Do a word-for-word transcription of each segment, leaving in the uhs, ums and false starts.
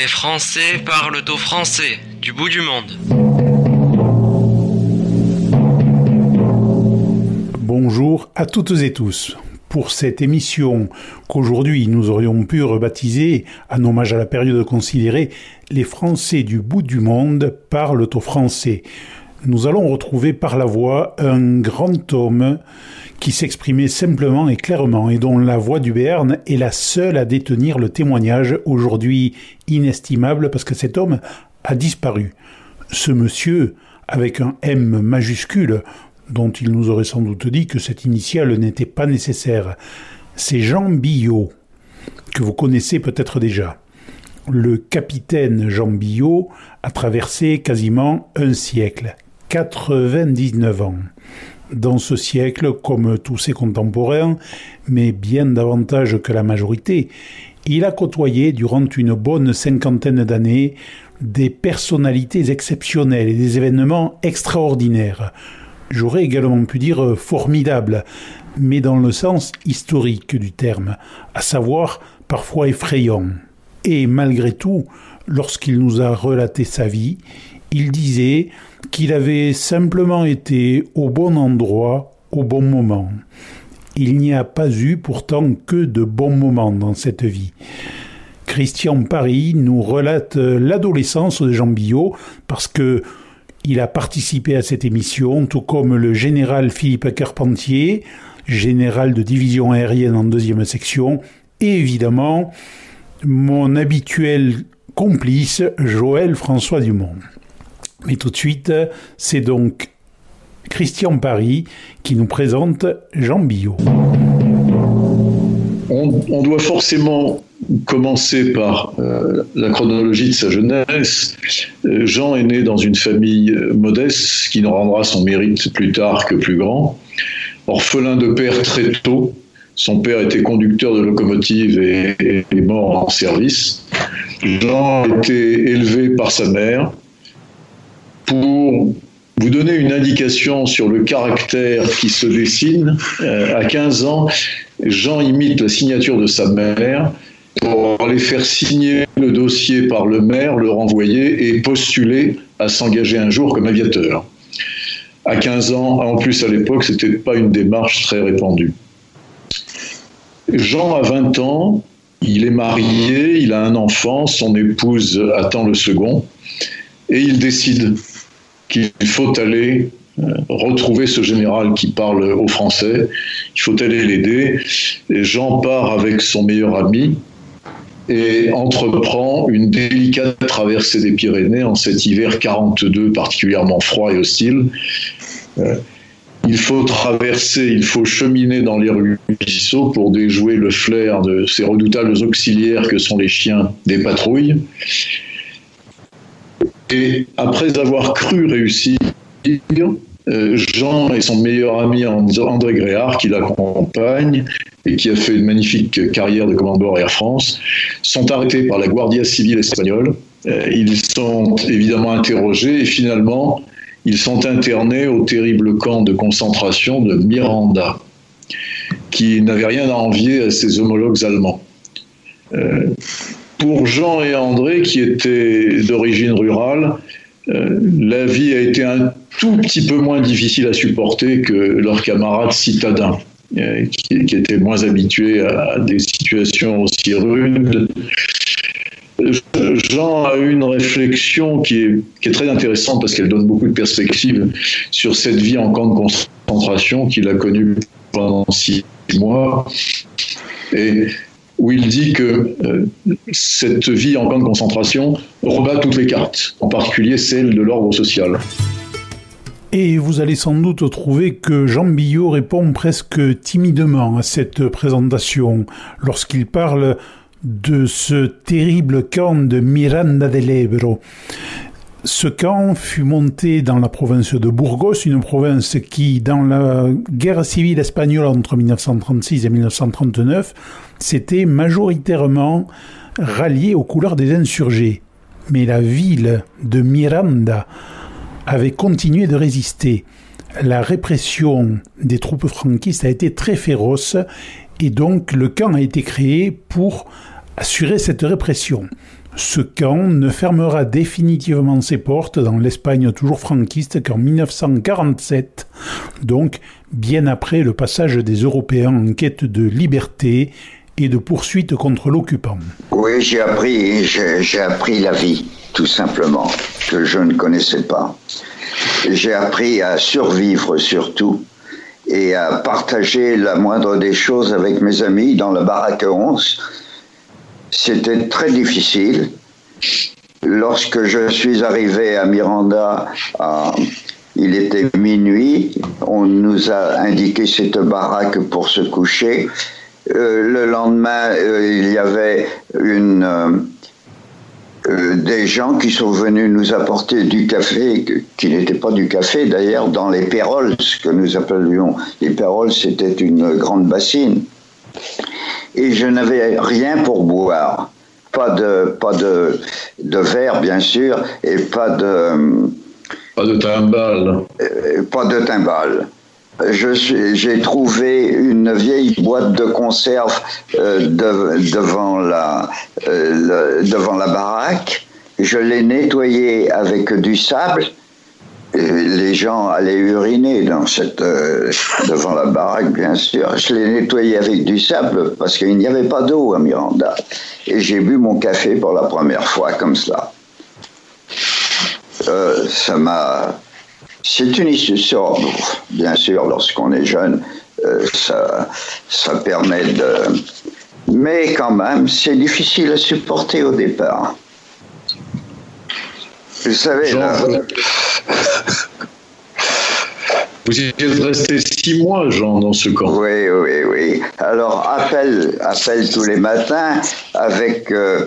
Les Français parlent au français, du bout du monde. Bonjour à toutes et tous. Pour cette émission qu'aujourd'hui nous aurions pu rebaptiser, en hommage à la période considérée, Les Français du bout du monde parlent au français, nous allons retrouver par la voix un grand homme qui s'exprimait simplement et clairement et dont la voix du Béarn est la seule à détenir le témoignage aujourd'hui inestimable parce que cet homme a disparu. Ce monsieur, avec un M majuscule, dont il nous aurait sans doute dit que cette initiale n'était pas nécessaire, c'est Jean Billot, que vous connaissez peut-être déjà. Le capitaine Jean Billot a traversé quasiment un siècle, quatre-vingt-dix-neuf ans. Dans ce siècle, comme tous ses contemporains, mais bien davantage que la majorité, il a côtoyé durant une bonne cinquantaine d'années des personnalités exceptionnelles et des événements extraordinaires. J'aurais également pu dire formidables, mais dans le sens historique du terme, à savoir parfois effrayant. Et malgré tout, lorsqu'il nous a relaté sa vie, il disait qu'il avait simplement été au bon endroit, au bon moment. Il n'y a pas eu pourtant que de bons moments dans cette vie. Christian Paris nous relate l'adolescence de Jean Billot parce que il a participé à cette émission, tout comme le général Philippe Carpentier, général de division aérienne en deuxième section, et évidemment mon habituel complice Joël François Dumont. Mais tout de suite, c'est donc Christian Paris qui nous présente Jean Billot. On, on doit forcément commencer par euh, la chronologie de sa jeunesse. Euh, Jean est né dans une famille modeste, ce qui ne rendra son mérite plus tard que plus grand. Orphelin de père très tôt, son père était conducteur de locomotive et est mort en service. Jean a été élevé par sa mère. Pour vous donner une indication sur le caractère qui se dessine, euh, à quinze ans, Jean imite la signature de sa mère pour aller faire signer le dossier par le maire, le renvoyer et postuler à s'engager un jour comme aviateur. À quinze ans, en plus à l'époque, ce n'était pas une démarche très répandue. Jean a vingt ans, il est marié, il a un enfant, son épouse attend le second, et il décide qu'il faut aller retrouver ce général qui parle au français, il faut aller l'aider. Et Jean part avec son meilleur ami et entreprend une délicate traversée des Pyrénées en cet hiver quarante-deux particulièrement froid et hostile. Il faut traverser, il faut cheminer dans les ruisseaux pour déjouer le flair de ces redoutables auxiliaires que sont les chiens des patrouilles. Et après avoir cru réussir, euh, Jean et son meilleur ami André Gréard, qui l'accompagne et qui a fait une magnifique carrière de commandeur Air France, sont arrêtés par la Guardia Civile espagnole. Euh, ils sont évidemment interrogés et finalement, ils sont internés au terrible camp de concentration de Miranda, qui n'avait rien à envier à ses homologues allemands. Euh, Pour Jean et André, qui étaient d'origine rurale, euh, la vie a été un tout petit peu moins difficile à supporter que leurs camarades citadins, euh, qui, qui étaient moins habitués à, à des situations aussi rudes. Jean a eu une réflexion qui est, qui est très intéressante parce qu'elle donne beaucoup de perspectives sur cette vie en camp de concentration qu'il a connue pendant six mois. Et où il dit que euh, cette vie en camp de concentration rebat toutes les cartes, en particulier celle de l'ordre social. Et vous allez sans doute trouver que Jean Billot répond presque timidement à cette présentation lorsqu'il parle de ce terrible camp de Miranda del Ebro. Ce camp fut monté dans la province de Burgos, une province qui, dans la guerre civile espagnole entre dix-neuf cent trente-six et dix-neuf cent trente-neuf, s'était majoritairement ralliée aux couleurs des insurgés. Mais la ville de Miranda avait continué de résister. La répression des troupes franquistes a été très féroce et donc le camp a été créé pour assurer cette répression. Ce camp ne fermera définitivement ses portes dans l'Espagne toujours franquiste qu'en mille neuf cent quarante-sept, donc bien après le passage des Européens en quête de liberté et de poursuite contre l'occupant. Oui, j'ai appris, j'ai, j'ai appris la vie, tout simplement, que je ne connaissais pas. J'ai appris à survivre surtout et à partager la moindre des choses avec mes amis dans la baraque onze. C'était très difficile. Lorsque je suis arrivé à Miranda, euh, il était minuit, on nous a indiqué cette baraque pour se coucher. Euh, le lendemain, euh, il y avait une, euh, euh, des gens qui sont venus nous apporter du café, qui n'était pas du café d'ailleurs, dans les péroles, ce que nous appelions les péroles, c'était une grande bassine. Et je n'avais rien pour boire. Pas de, pas de, de verre, bien sûr, et pas de... Pas de timbales. Euh, pas de timbales. Je suis, j'ai trouvé une vieille boîte de conserve euh, de, devant, la, euh, le, devant la baraque. Je l'ai nettoyée avec du sable. Et les gens allaient uriner dans cette, euh, devant la baraque, bien sûr. Je l'ai nettoyée avec du sable parce qu'il n'y avait pas d'eau à Miranda. Et j'ai bu mon café pour la première fois comme cela. Euh, ça m'a... C'est une histoire, bien sûr, lorsqu'on est jeune, euh, ça, ça permet de... Mais quand même, c'est difficile à supporter au départ. Vous savez, Jean, là... Vous y êtes resté six mois, Jean, dans ce camp. Oui, oui, oui. Alors, appel, appel tous les matins avec, euh,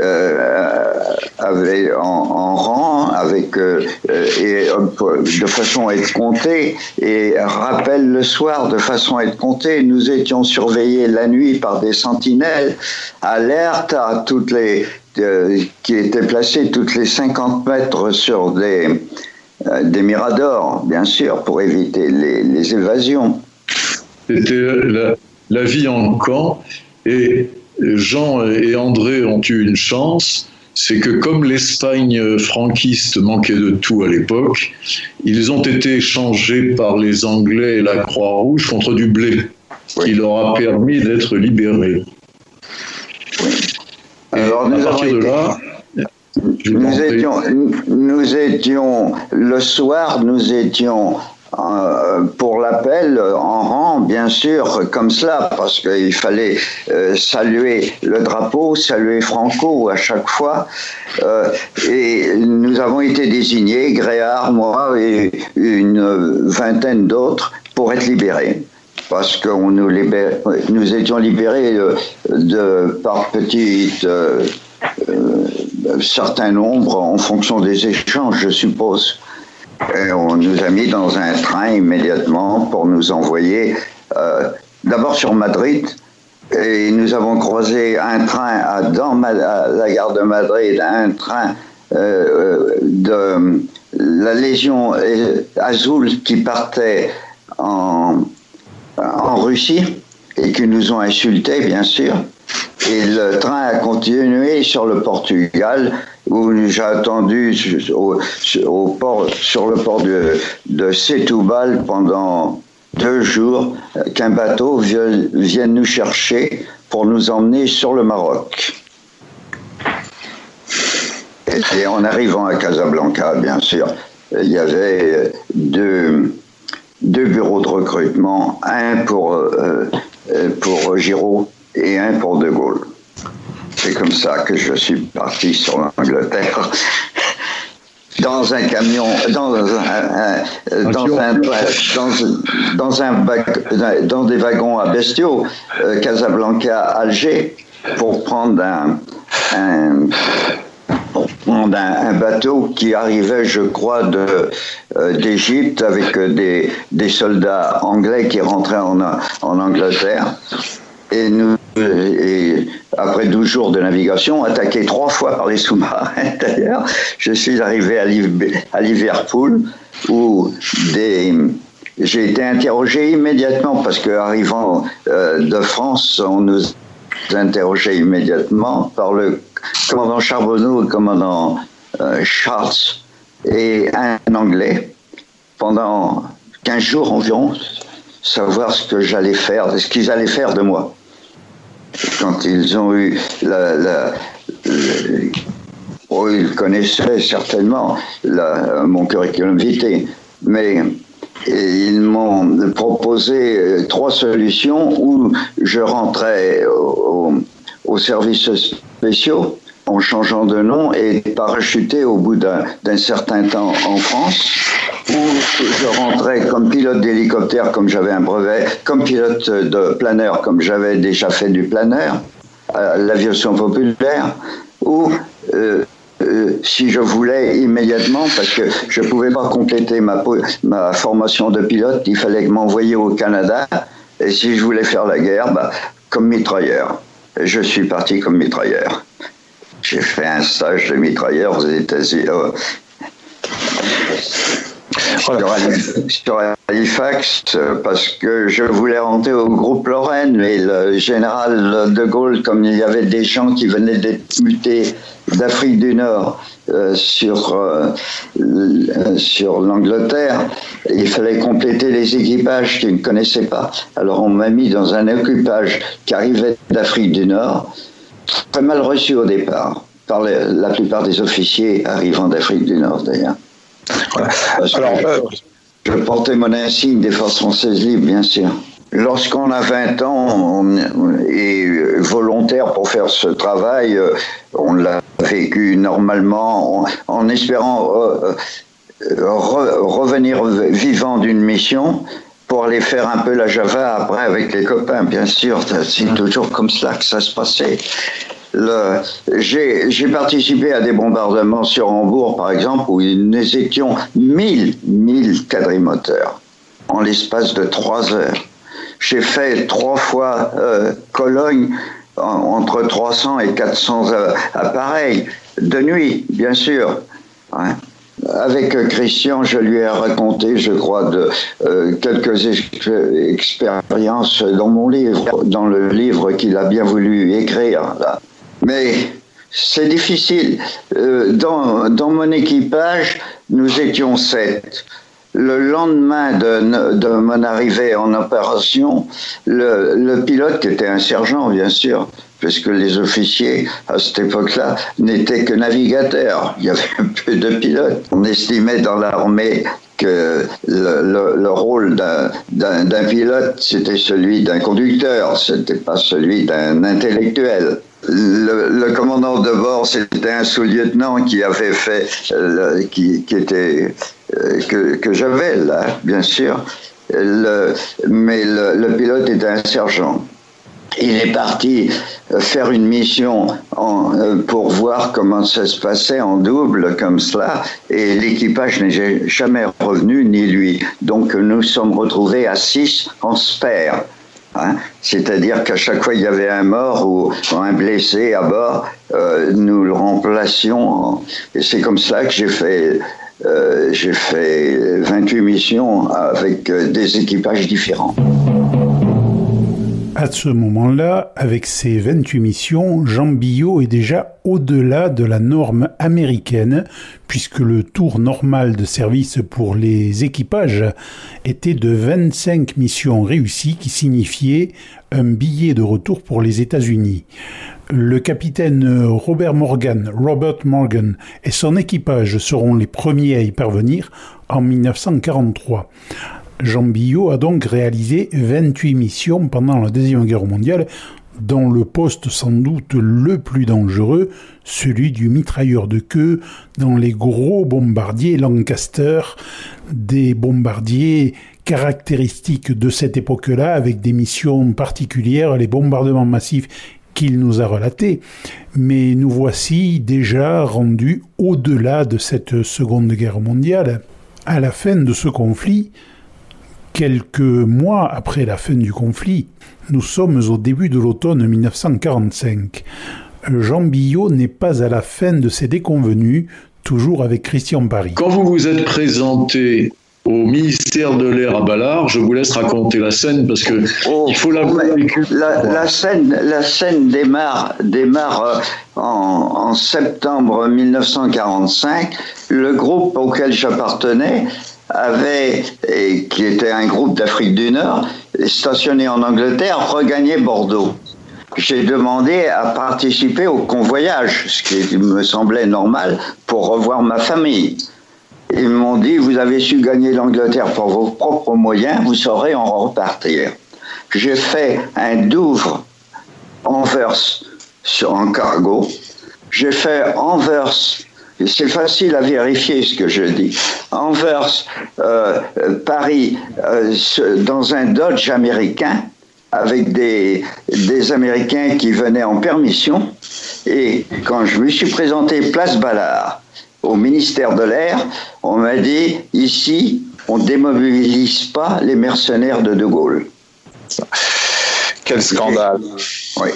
euh, avec en, en rang, avec euh, et de façon à être compté, et rappel le soir de façon à être compté. Nous étions surveillés la nuit par des sentinelles, alertes à toutes les euh, qui étaient placées toutes les cinquante mètres sur des des miradors, bien sûr, pour éviter les, les évasions. C'était la, la vie en camp, et Jean et André ont eu une chance, c'est que comme l'Espagne franquiste manquait de tout à l'époque, ils ont été échangés par les Anglais et la Croix-Rouge contre du blé, oui, qui leur a permis d'être libérés. Oui. Et Alors, à partir de là... Nous étions, nous étions, le soir, nous étions euh, pour l'appel en rang, bien sûr, comme cela, parce qu'il fallait euh, saluer le drapeau, saluer Franco à chaque fois. Euh, et nous avons été désignés, Gréard, moi et une vingtaine d'autres, pour être libérés. Parce que on nous, libère, nous étions libérés de, de, par petites... Euh, Euh, certain nombre en fonction des échanges, je suppose. Et on nous a mis dans un train immédiatement pour nous envoyer euh, d'abord sur Madrid, et nous avons croisé un train à, dans à la gare de Madrid, un train euh, de la Légion Azul qui partait en, en Russie et qui nous ont insultés, bien sûr. Et le train a continué sur le Portugal, où j'ai attendu au, au port, sur le port de, de Setúbal pendant deux jours qu'un bateau vienne nous chercher pour nous emmener sur le Maroc. Et, et en arrivant à Casablanca, bien sûr, il y avait deux, deux bureaux de recrutement, un pour, euh, pour Giraud et un pour De Gaulle. C'est comme ça que je suis parti sur l'Angleterre, dans un camion, dans un, un, dans, un dans, dans, un dans des wagons à bestiaux, euh, Casablanca-Alger, pour prendre un, un pour prendre un, un bateau qui arrivait, je crois, de euh, d'Égypte avec des des soldats anglais qui rentraient en en Angleterre. Et nous, et après douze jours de navigation, attaqué trois fois par les sous-marins, d'ailleurs, je suis arrivé à, Liv- à Liverpool, où des, j'ai été interrogé immédiatement, parce qu'arrivant euh, de France, on nous interrogeait immédiatement par le commandant Charbonneau, commandant euh, Charles et un Anglais pendant quinze jours environ, savoir ce que j'allais faire, ce qu'ils allaient faire de moi. Quand ils ont eu la... la, la oh, ils connaissaient certainement la, mon curriculum vitae, mais ils m'ont proposé trois solutions où je rentrais au, au services spéciaux en changeant de nom et parachuté au bout d'un, d'un certain temps en France, où je rentrais comme pilote d'hélicoptère, comme j'avais un brevet, comme pilote de planeur, comme j'avais déjà fait du planeur, à l'aviation populaire, ou euh, euh, si je voulais immédiatement, parce que je ne pouvais pas compléter ma, ma formation de pilote, il fallait m'envoyer au Canada, et si je voulais faire la guerre, bah, comme mitrailleur. Je suis parti comme mitrailleur. J'ai fait un stage de mitrailleur aux États-Unis. Euh, sur Halifax, parce que je voulais rentrer au groupe Lorraine, mais le général de Gaulle, comme il y avait des gens qui venaient d'être mutés d'Afrique du Nord euh, sur, euh, sur l'Angleterre, il fallait compléter les équipages qu'ils ne connaissaient pas. Alors on m'a mis dans un équipage qui arrivait d'Afrique du Nord, très mal reçu au départ, par les, la plupart des officiers arrivant d'Afrique du Nord d'ailleurs. Voilà. Alors, euh... je portais mon insigne des forces françaises libres, bien sûr. Lorsqu'on a vingt ans on est volontaire pour faire ce travail, on l'a vécu normalement en, en espérant euh, re, revenir vivant d'une mission pour aller faire un peu la Java après avec les copains, bien sûr. C'est toujours comme cela que ça se passait. Le, j'ai, j'ai participé à des bombardements sur Hambourg, par exemple, où nous étions mille, mille quadrimoteurs en l'espace de trois heures. J'ai fait trois fois euh, Cologne en, entre trois cents et quatre cents euh, appareils, de nuit, bien sûr. Hein. Avec Christian, je lui ai raconté, je crois, de, euh, quelques ex- expériences dans mon livre, dans le livre qu'il a bien voulu écrire, là. Mais c'est difficile. Euh, dans, dans mon équipage, nous étions sept. Le lendemain de, de mon arrivée en opération, le, le pilote, qui était un sergent, bien sûr, puisque les officiers, à cette époque-là, n'étaient que navigateurs. Il y avait un peu de pilotes. On estimait dans l'armée que le, le, le rôle d'un, d'un, d'un pilote, c'était celui d'un conducteur, c'était pas celui d'un intellectuel. Le, le commandant de bord, c'était un sous-lieutenant qui avait fait, euh, qui, qui était, euh, que, que j'avais là, bien sûr, le, mais le, le pilote était un sergent. Il est parti faire une mission en, pour voir comment ça se passait en double comme cela, et l'équipage n'est jamais revenu, ni lui. Donc nous sommes retrouvés à six en spare. Hein, c'est-à-dire qu'à chaque fois il y avait un mort ou un blessé à bord, euh, nous le remplacions. En... Et c'est comme ça que j'ai fait, euh, j'ai fait vingt-huit missions avec euh, des équipages différents. À ce moment-là, avec ses vingt-huit missions, Jean Billot est déjà au-delà de la norme américaine, puisque le tour normal de service pour les équipages était de vingt-cinq missions réussies, qui signifiait un billet de retour pour les États-Unis. Le capitaine Robert Morgan, Robert Morgan et son équipage seront les premiers à y parvenir en dix-neuf cent quarante-trois. Jean Billot a donc réalisé vingt-huit missions pendant la Deuxième Guerre mondiale, dont le poste sans doute le plus dangereux, celui du mitrailleur de queue dans les gros bombardiers Lancaster, des bombardiers caractéristiques de cette époque-là, avec des missions particulières, les bombardements massifs qu'il nous a relatés. Mais nous voici déjà rendus au-delà de cette Seconde Guerre mondiale. À la fin de ce conflit, quelques mois après la fin du conflit, nous sommes au début de l'automne dix-neuf cent quarante-cinq. Jean Billot n'est pas à la fin de ses déconvenues, toujours avec Christian Paris. Quand vous vous êtes présenté au ministère de l'Air à Ballard. Je vous laisse raconter la scène parce que oh, il faut l'avoir vécu. La, la scène, la scène démarre, démarre euh, en, en septembre mille neuf cent quarante-cinq. Le groupe auquel j'appartenais avait, et qui était un groupe d'Afrique du Nord, stationné en Angleterre, regagné Bordeaux. J'ai demandé à participer au convoyage, ce qui me semblait normal pour revoir ma famille. Ils m'ont dit, vous avez su gagner l'Angleterre pour vos propres moyens, vous saurez en repartir. J'ai fait un Douvres Anvers sur en cargo. J'ai fait Anvers, c'est facile à vérifier ce que je dis, Anvers, euh, Paris, euh, dans un Dodge américain, avec des, des Américains qui venaient en permission. Et quand je me suis présenté place Ballard au ministère de l'Air, on m'a dit, ici, on ne démobilise pas les mercenaires de De Gaulle. Quel scandale. Oui.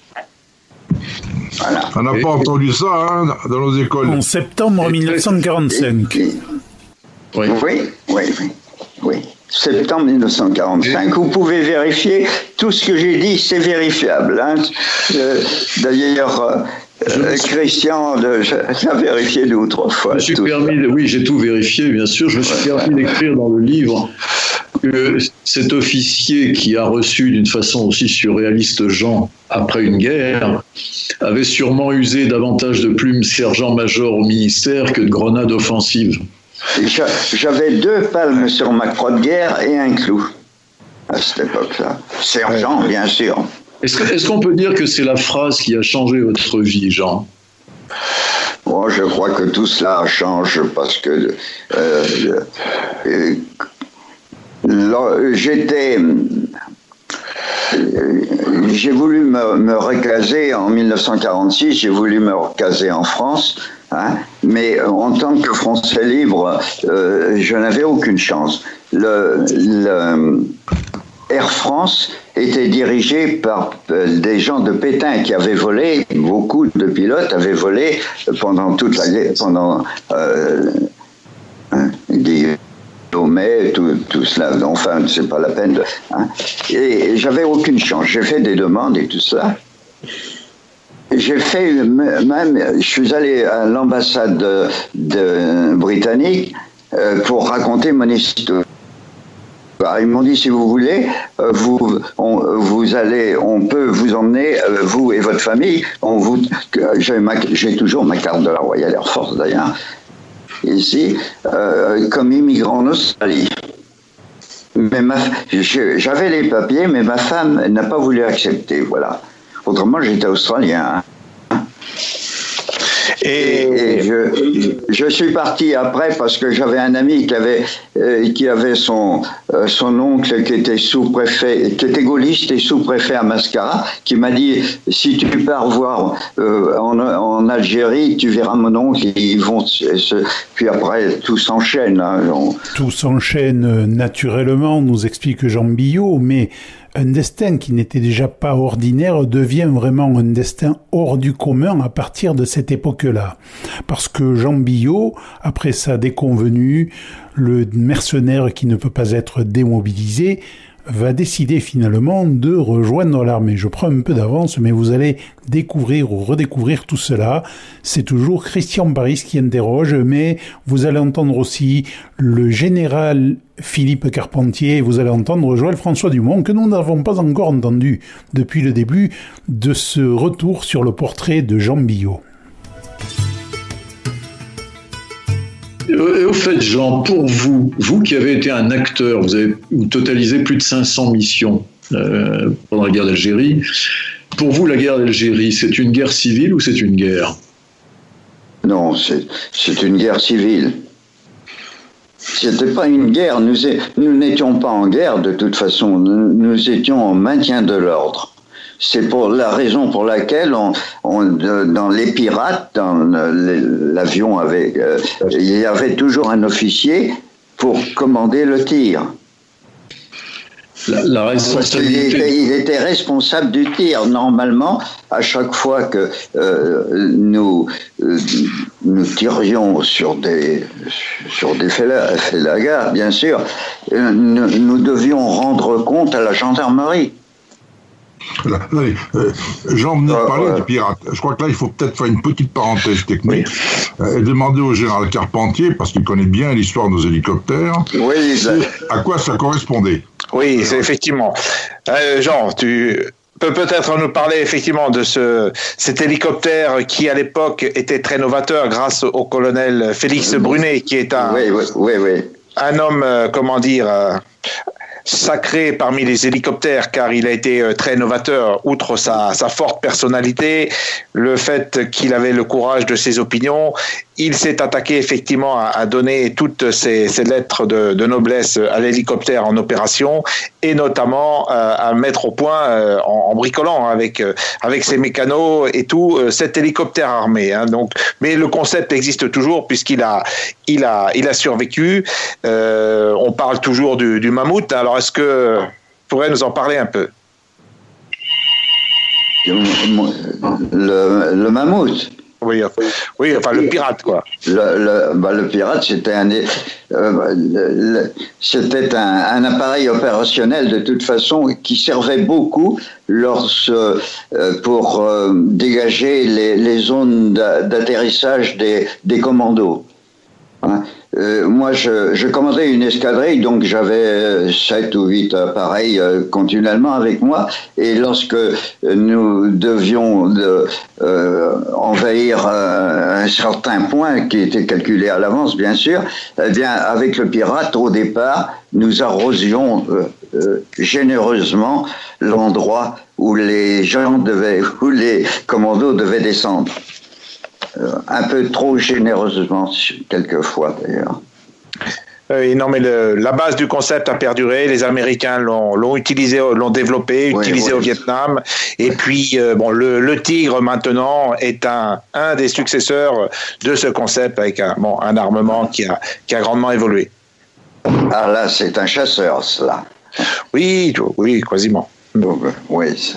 Voilà. On n'a pas entendu ça hein, dans nos écoles. En septembre mille neuf cent quarante-cinq. Et, et, oui, oui, oui, oui. oui. Septembre mille neuf cent quarante-cinq, vous pouvez vérifier, tout ce que j'ai dit, c'est vérifiable. Hein. Euh, d'ailleurs, euh, euh, Christian l'a vérifié deux ou trois fois. Je me suis permis, oui, j'ai tout vérifié, bien sûr. Je me suis permis d'écrire dans le livre que cet officier qui a reçu d'une façon aussi surréaliste Jean après une guerre avait sûrement usé davantage de plumes sergent-major au ministère que de grenades offensives. J'avais deux palmes sur ma croix de guerre et un clou à cette époque-là. Sergent, bien sûr. Est-ce, que, est-ce qu'on peut dire que c'est la phrase qui a changé votre vie, Jean ? Bon, je crois que tout cela change parce que euh, euh, j'étais... J'ai voulu me, me recaser en mille neuf cent quarante-six, j'ai voulu me recaser en France, hein, mais en tant que Français libre, euh, je n'avais aucune chance. Le, le Air France était dirigé par des gens de Pétain qui avaient volé, beaucoup de pilotes avaient volé pendant toute la guerre, pendant euh, hein, des... mais tout, tout cela, enfin, c'est pas la peine de... Hein. Et j'avais aucune chance. J'ai fait des demandes et tout ça. J'ai fait même... Je suis allé à l'ambassade de, de britannique euh, pour raconter mon histoire. Ils m'ont dit, si vous voulez, euh, vous, on, vous allez, on peut vous emmener, euh, vous et votre famille. On vous, j'ai, ma, j'ai toujours ma carte de la Royal Air Force, d'ailleurs. Ici, euh, comme immigrant en Australie. Mais ma, j'avais les papiers, mais ma femme n'a pas voulu accepter, voilà. Autrement, j'étais australien. Hein. Et, et je, je suis parti après parce que j'avais un ami qui avait, euh, qui avait son, euh, son oncle qui était sous-préfet, qui était gaulliste et sous-préfet à Mascara, qui m'a dit, si tu pars voir euh, en, en Algérie, tu verras mon oncle, ils vont se... Puis après, tout s'enchaîne. Hein, on... Tout s'enchaîne naturellement, nous explique Jean Billot, mais un destin qui n'était déjà pas ordinaire devient vraiment un destin hors du commun à partir de cette époque-là. Parce que Jean Billot, après sa déconvenue, le mercenaire qui ne peut pas être démobilisé, va décider finalement de rejoindre l'armée. Je prends un peu d'avance, mais vous allez découvrir ou redécouvrir tout cela. C'est toujours Christian Paris qui interroge, mais vous allez entendre aussi le général Philippe Carpentier, et vous allez entendre Joël François Dumont, que nous n'avons pas encore entendu depuis le début de ce retour sur le portrait de Jean Billot. Et au fait, Jean, pour vous, vous qui avez été un acteur, vous avez vous totalisé plus de cinq cents missions euh, pendant la guerre d'Algérie. Pour vous, la guerre d'Algérie, c'est une guerre civile ou c'est une guerre ? Non, c'est, c'est une guerre civile. C'était pas une guerre. Nous, nous n'étions pas en guerre de toute façon. Nous, nous étions en maintien de l'ordre. C'est pour la raison pour laquelle on, on, dans les pirates, dans l'avion avec, euh, il y avait toujours un officier pour commander le tir. La, la responsabilité. Il était, il était responsable du tir. Normalement, à chaque fois que euh, nous euh, nous tirions sur des sur des félagas, bien sûr, euh, nous, nous devions rendre compte à la gendarmerie. Là, allez, euh, Jean venait de parler euh, du pirate. Je crois que là, il faut peut-être faire une petite parenthèse technique oui. euh, et demander au général Carpentier, parce qu'il connaît bien l'histoire de nos hélicoptères, oui, ça... à quoi ça correspondait. Oui, c'est effectivement. Euh, Jean, tu peux peut-être nous parler effectivement de ce, cet hélicoptère qui, à l'époque, était très novateur grâce au colonel Félix Brunet, qui est un, oui, oui, oui, oui. un homme, euh, comment dire... Euh, sacré parmi les hélicoptères car il a été très novateur outre sa, sa forte personnalité, le fait qu'il avait le courage de ses opinions. Il s'est attaqué effectivement à, à donner toutes ces, ces lettres de, de noblesse à l'hélicoptère en opération et notamment euh, à mettre au point euh, en, en bricolant avec, euh, avec ses mécanos et tout euh, cet hélicoptère armé. Hein, donc, mais le concept existe toujours puisqu'il a, il a, il a survécu. Euh, on parle toujours du, du mammouth. Alors est-ce que vous pourrez nous en parler un peu? Le, le mammouth. Oui, enfin, oui, enfin le pirate, quoi. Le, le, bah, le pirate, c'était un, euh, le, c'était un, un appareil opérationnel de toute façon qui servait beaucoup lorsque, euh, pour euh, dégager les, les zones d'atterrissage des, des commandos. Hein. Euh, moi, je, je commandais une escadrille, donc j'avais sept ou huit appareils euh, continuellement avec moi. Et lorsque nous devions de, euh, envahir euh, un certain point qui était calculé à l'avance, bien sûr, eh bien, avec le pirate, au départ, nous arrosions euh, euh, généreusement l'endroit où les gens devaient, où les commandos devaient descendre. Euh, un peu trop généreusement, quelquefois d'ailleurs. Euh, non, mais le, la base du concept a perduré. Les Américains l'ont, l'ont utilisé, l'ont développé, oui, utilisé oui. au Vietnam. Et puis, euh, bon, le, le Tigre maintenant est un, un des successeurs de ce concept avec un, bon, un armement qui a, qui a grandement évolué. Ah là, c'est un chasseur, cela. Oui, oui, quasiment. Donc, oui. Ça...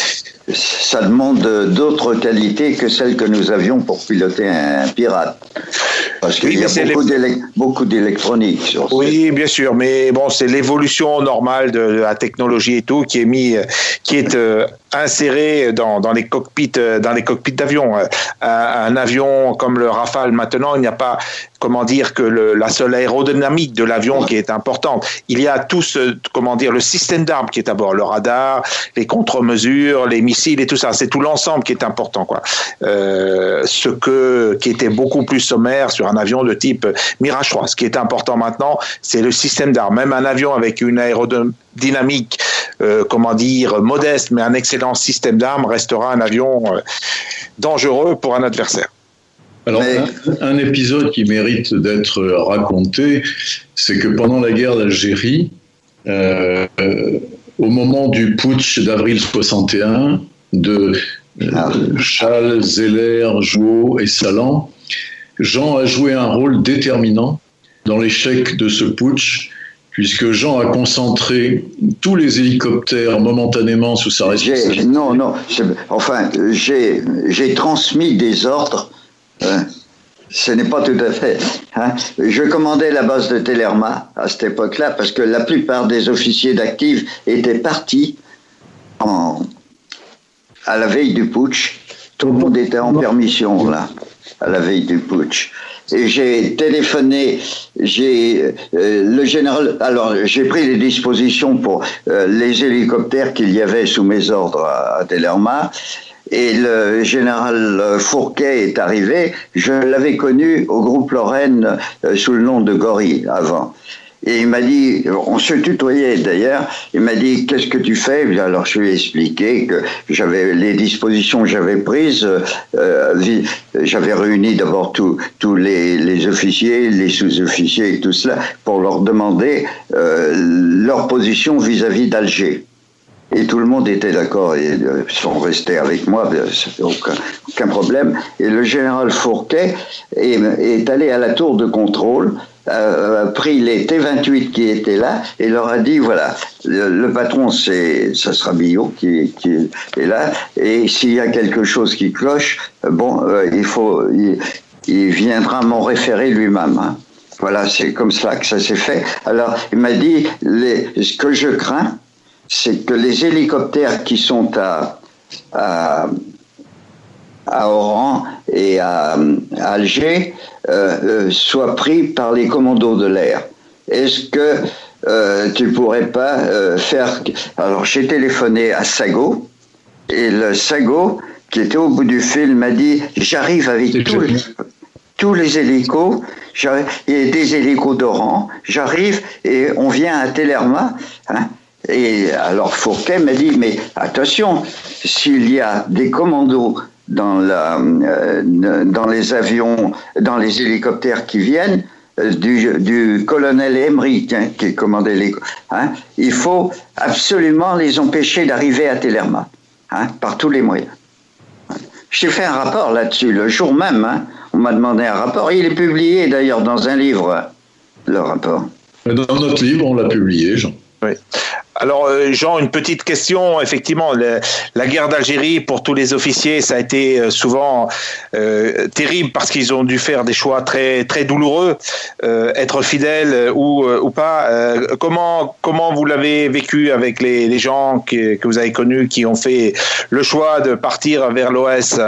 Ça demande d'autres qualités que celles que nous avions pour piloter un pirate. Parce qu'il oui, y a beaucoup, les... beaucoup d'électronique sur Oui, cette... bien sûr, mais bon, c'est l'évolution normale de la technologie et tout qui est mis, qui est euh, inséré dans, dans les cockpits, dans les cockpits d'avion. Un, un avion comme le Rafale maintenant, il n'y a pas, comment dire, que le, la seule aérodynamique de l'avion qui est importante. Il y a tout ce, comment dire, le système d'armes qui est à bord, le radar, les contre-mesures, les missiles et tout ça. C'est tout l'ensemble qui est important, quoi. Euh, ce que, qui était beaucoup plus sommaire sur un avion de type Mirage trois. Ce qui est important maintenant, c'est le système d'armes. Même un avion avec une aérodynamique, euh, comment dire, modeste, mais un excellent système d'armes restera un avion euh, dangereux pour un adversaire. Alors, Mais... un, un épisode qui mérite d'être raconté, c'est que pendant la guerre d'Algérie, euh, euh, au moment du putsch d'avril soixante et un, de euh, Chal, Zeller, Jouot et Salan, Jean a joué un rôle déterminant dans l'échec de ce putsch, puisque Jean a concentré tous les hélicoptères momentanément sous sa responsabilité. Non, non, enfin, j'ai, j'ai transmis des ordres. Hein, ce n'est pas tout à fait. Hein. Je commandais la base de Tellerma à cette époque-là parce que la plupart des officiers d'active étaient partis en, à la veille du putsch. Tout le monde était en permission là, à la veille du putsch. Et j'ai téléphoné, j'ai euh, le général. Alors j'ai pris les dispositions pour euh, les hélicoptères qu'il y avait sous mes ordres à, à Tellerma. Et le général Fourquet est arrivé. Je l'avais connu au groupe Lorraine euh, sous le nom de Gory avant. Et il m'a dit, on se tutoyait d'ailleurs, il m'a dit, qu'est-ce que tu fais? Alors je lui ai expliqué que j'avais les dispositions que j'avais prises, euh, j'avais réuni d'abord tous les, les officiers, les sous-officiers et tout cela, pour leur demander euh, leur position vis-à-vis d'Alger. Et tout le monde était d'accord, et euh, sont restés avec moi, aucun, aucun problème. Et le général Fourquet est, est allé à la tour de contrôle a pris les T vingt-huit qui étaient là et leur a dit voilà, le, le patron, c'est, ça sera Billot qui, qui est là, et s'il y a quelque chose qui cloche, bon, euh, il faut, il, il viendra m'en référer lui-même. Hein. Voilà, c'est comme ça que ça s'est fait. Alors, il m'a dit, les, ce que je crains, c'est que les hélicoptères qui sont à, à, à Oran et à, à Alger euh, euh, soient pris par les commandos de l'air. Est-ce que euh, tu pourrais pas euh, faire... Alors, j'ai téléphoné à Sago, et le Sago, qui était au bout du fil, m'a dit, j'arrive avec tous les, tous les hélicos, il y a des hélicos d'Oran, j'arrive et on vient à Tellerma, hein, et alors Fourquet m'a dit, mais attention, s'il y a des commandos dans, la, euh, dans les avions, dans les hélicoptères qui viennent, euh, du, du colonel Emmerich, hein, qui commandait les... Hein, il faut absolument les empêcher d'arriver à Tellerma, hein, par tous les moyens. J'ai fait un rapport là-dessus, le jour même, hein, on m'a demandé un rapport, il est publié d'ailleurs dans un livre, le rapport. Dans notre livre, on l'a publié, Jean. Oui. Alors, Jean, une petite question. Effectivement, le, la guerre d'Algérie, pour tous les officiers, ça a été souvent euh, terrible parce qu'ils ont dû faire des choix très très douloureux, euh, être fidèles ou ou pas. Euh, comment comment vous l'avez vécu avec les, les gens que, que vous avez connus qui ont fait le choix de partir vers l'O S?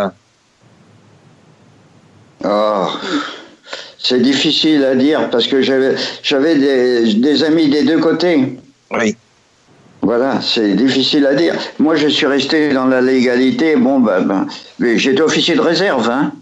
Oh, c'est difficile à dire parce que j'avais j'avais des, des amis des deux côtés. Oui. Voilà, c'est difficile à dire. Moi, je suis resté dans la légalité. Bon, ben, ben mais j'étais officier de réserve, hein.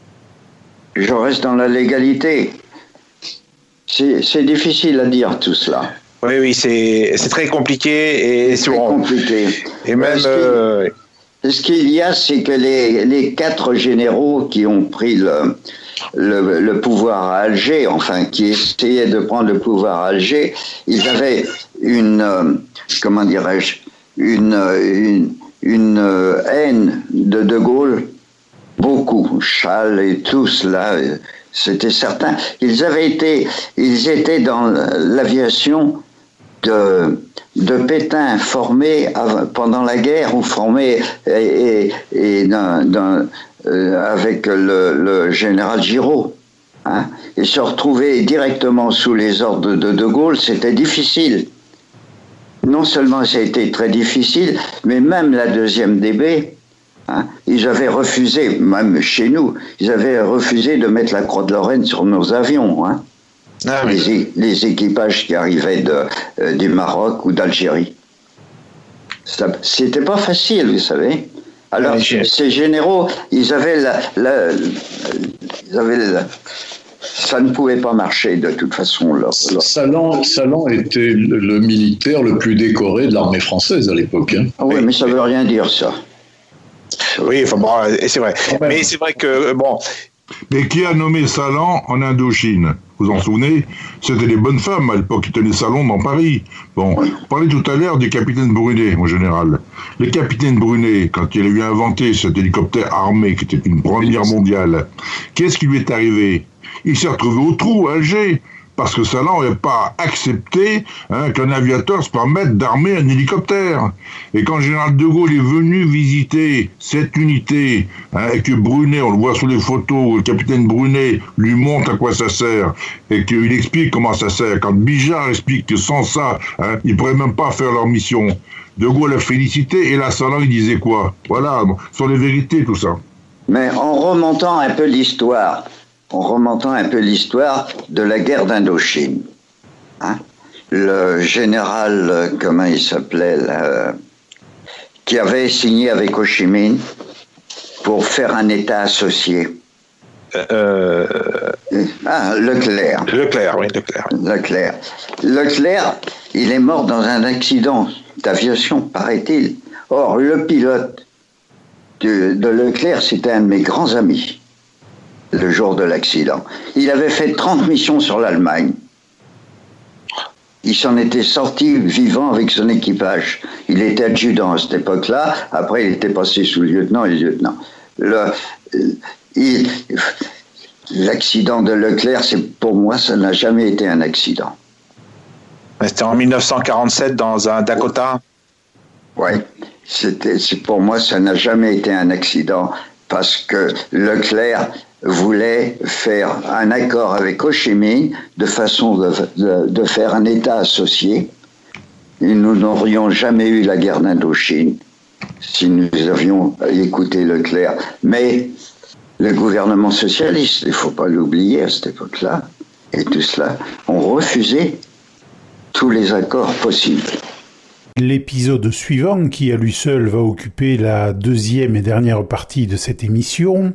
Je reste dans la légalité. C'est, c'est difficile à dire tout cela. Oui, oui, c'est, c'est très compliqué et c'est très compliqué. Et même. Ce qu'il, euh... ce qu'il y a, c'est que les, les quatre généraux qui ont pris le, le, le pouvoir à Alger, enfin, qui essayaient de prendre le pouvoir à Alger, ils avaient une, euh, comment dirais-je, une, une, une haine de De Gaulle, beaucoup, Chasles et tout cela, c'était certain. Ils avaient été, ils étaient dans l'aviation de, de Pétain, formés pendant la guerre ou formés et, et, et d'un, d'un, euh, avec le, le général Giraud. Hein, et se retrouver directement sous les ordres de De Gaulle, c'était difficile. Non seulement ça a été très difficile, mais même la deuxième D B, hein, ils avaient refusé, même chez nous, ils avaient refusé de mettre la Croix de Lorraine sur nos avions. Hein, ah, oui. les, les équipages qui arrivaient de, euh, du Maroc ou d'Algérie. Ça, c'était pas facile, vous savez. Alors, oui, ces généraux, ils avaient la... la, ils avaient la ça ne pouvait pas marcher de toute façon. Là, là. Salan, Salan était le, le militaire le plus décoré de l'armée française à l'époque. Hein. Ah oui, mais, mais ça ne veut rien dire, ça. Oui, enfin, bon, c'est vrai. Ouais. Mais c'est vrai que, bon... Mais qui a nommé Salan en Indochine? Vous vous en souvenez? C'était les bonnes femmes à l'époque qui tenaient salon dans Paris. Bon, on parlait tout à l'heure du capitaine Brunet, mon général. Le capitaine Brunet, quand il a eu inventé cet hélicoptère armé qui était une première mondiale, qu'est-ce qui lui est arrivé? Il s'est retrouvé au trou à Alger, parce que Salan n'avait pas accepté hein, qu'un aviateur se permette d'armer un hélicoptère. Et quand le général de Gaulle est venu visiter cette unité, hein, et que Brunet, on le voit sur les photos, le capitaine Brunet lui montre à quoi ça sert, et qu'il explique comment ça sert, quand Bijard explique que sans ça, hein, ils ne pourraient même pas faire leur mission, de Gaulle a félicité, et là, Salan, il disait quoi? Voilà, ce sont les vérités, tout ça. Mais en remontant un peu l'histoire, en remontant un peu l'histoire de la guerre d'Indochine. Hein, le général, comment il s'appelait, là, qui avait signé avec Ho Chi Minh pour faire un État associé. Euh... Ah, Leclerc. Leclerc, oui, Leclerc. Leclerc. Leclerc, il est mort dans un accident d'aviation, paraît-il. Or, le pilote de, de Leclerc, c'était un de mes grands amis. Le jour de l'accident. Il avait fait trente missions sur l'Allemagne. Il s'en était sorti vivant avec son équipage. Il était adjudant à cette époque-là. Après, il était passé sous lieutenant et lieutenant. Le, il, l'accident de Leclerc, c'est, pour moi, ça n'a jamais été un accident. C'était en mille neuf cent quarante-sept dans un Dakota. Oui, c'était, c'est, pour moi, ça n'a jamais été un accident parce que Leclerc voulait faire un accord avec Ho Chi Minh de façon de, de, de faire un État associé. Et nous n'aurions jamais eu la guerre d'Indochine si nous avions écouté Leclerc. Mais le gouvernement socialiste, il ne faut pas l'oublier à cette époque-là, et tout cela, ont refusé tous les accords possibles. L'épisode suivant, qui à lui seul va occuper la deuxième et dernière partie de cette émission,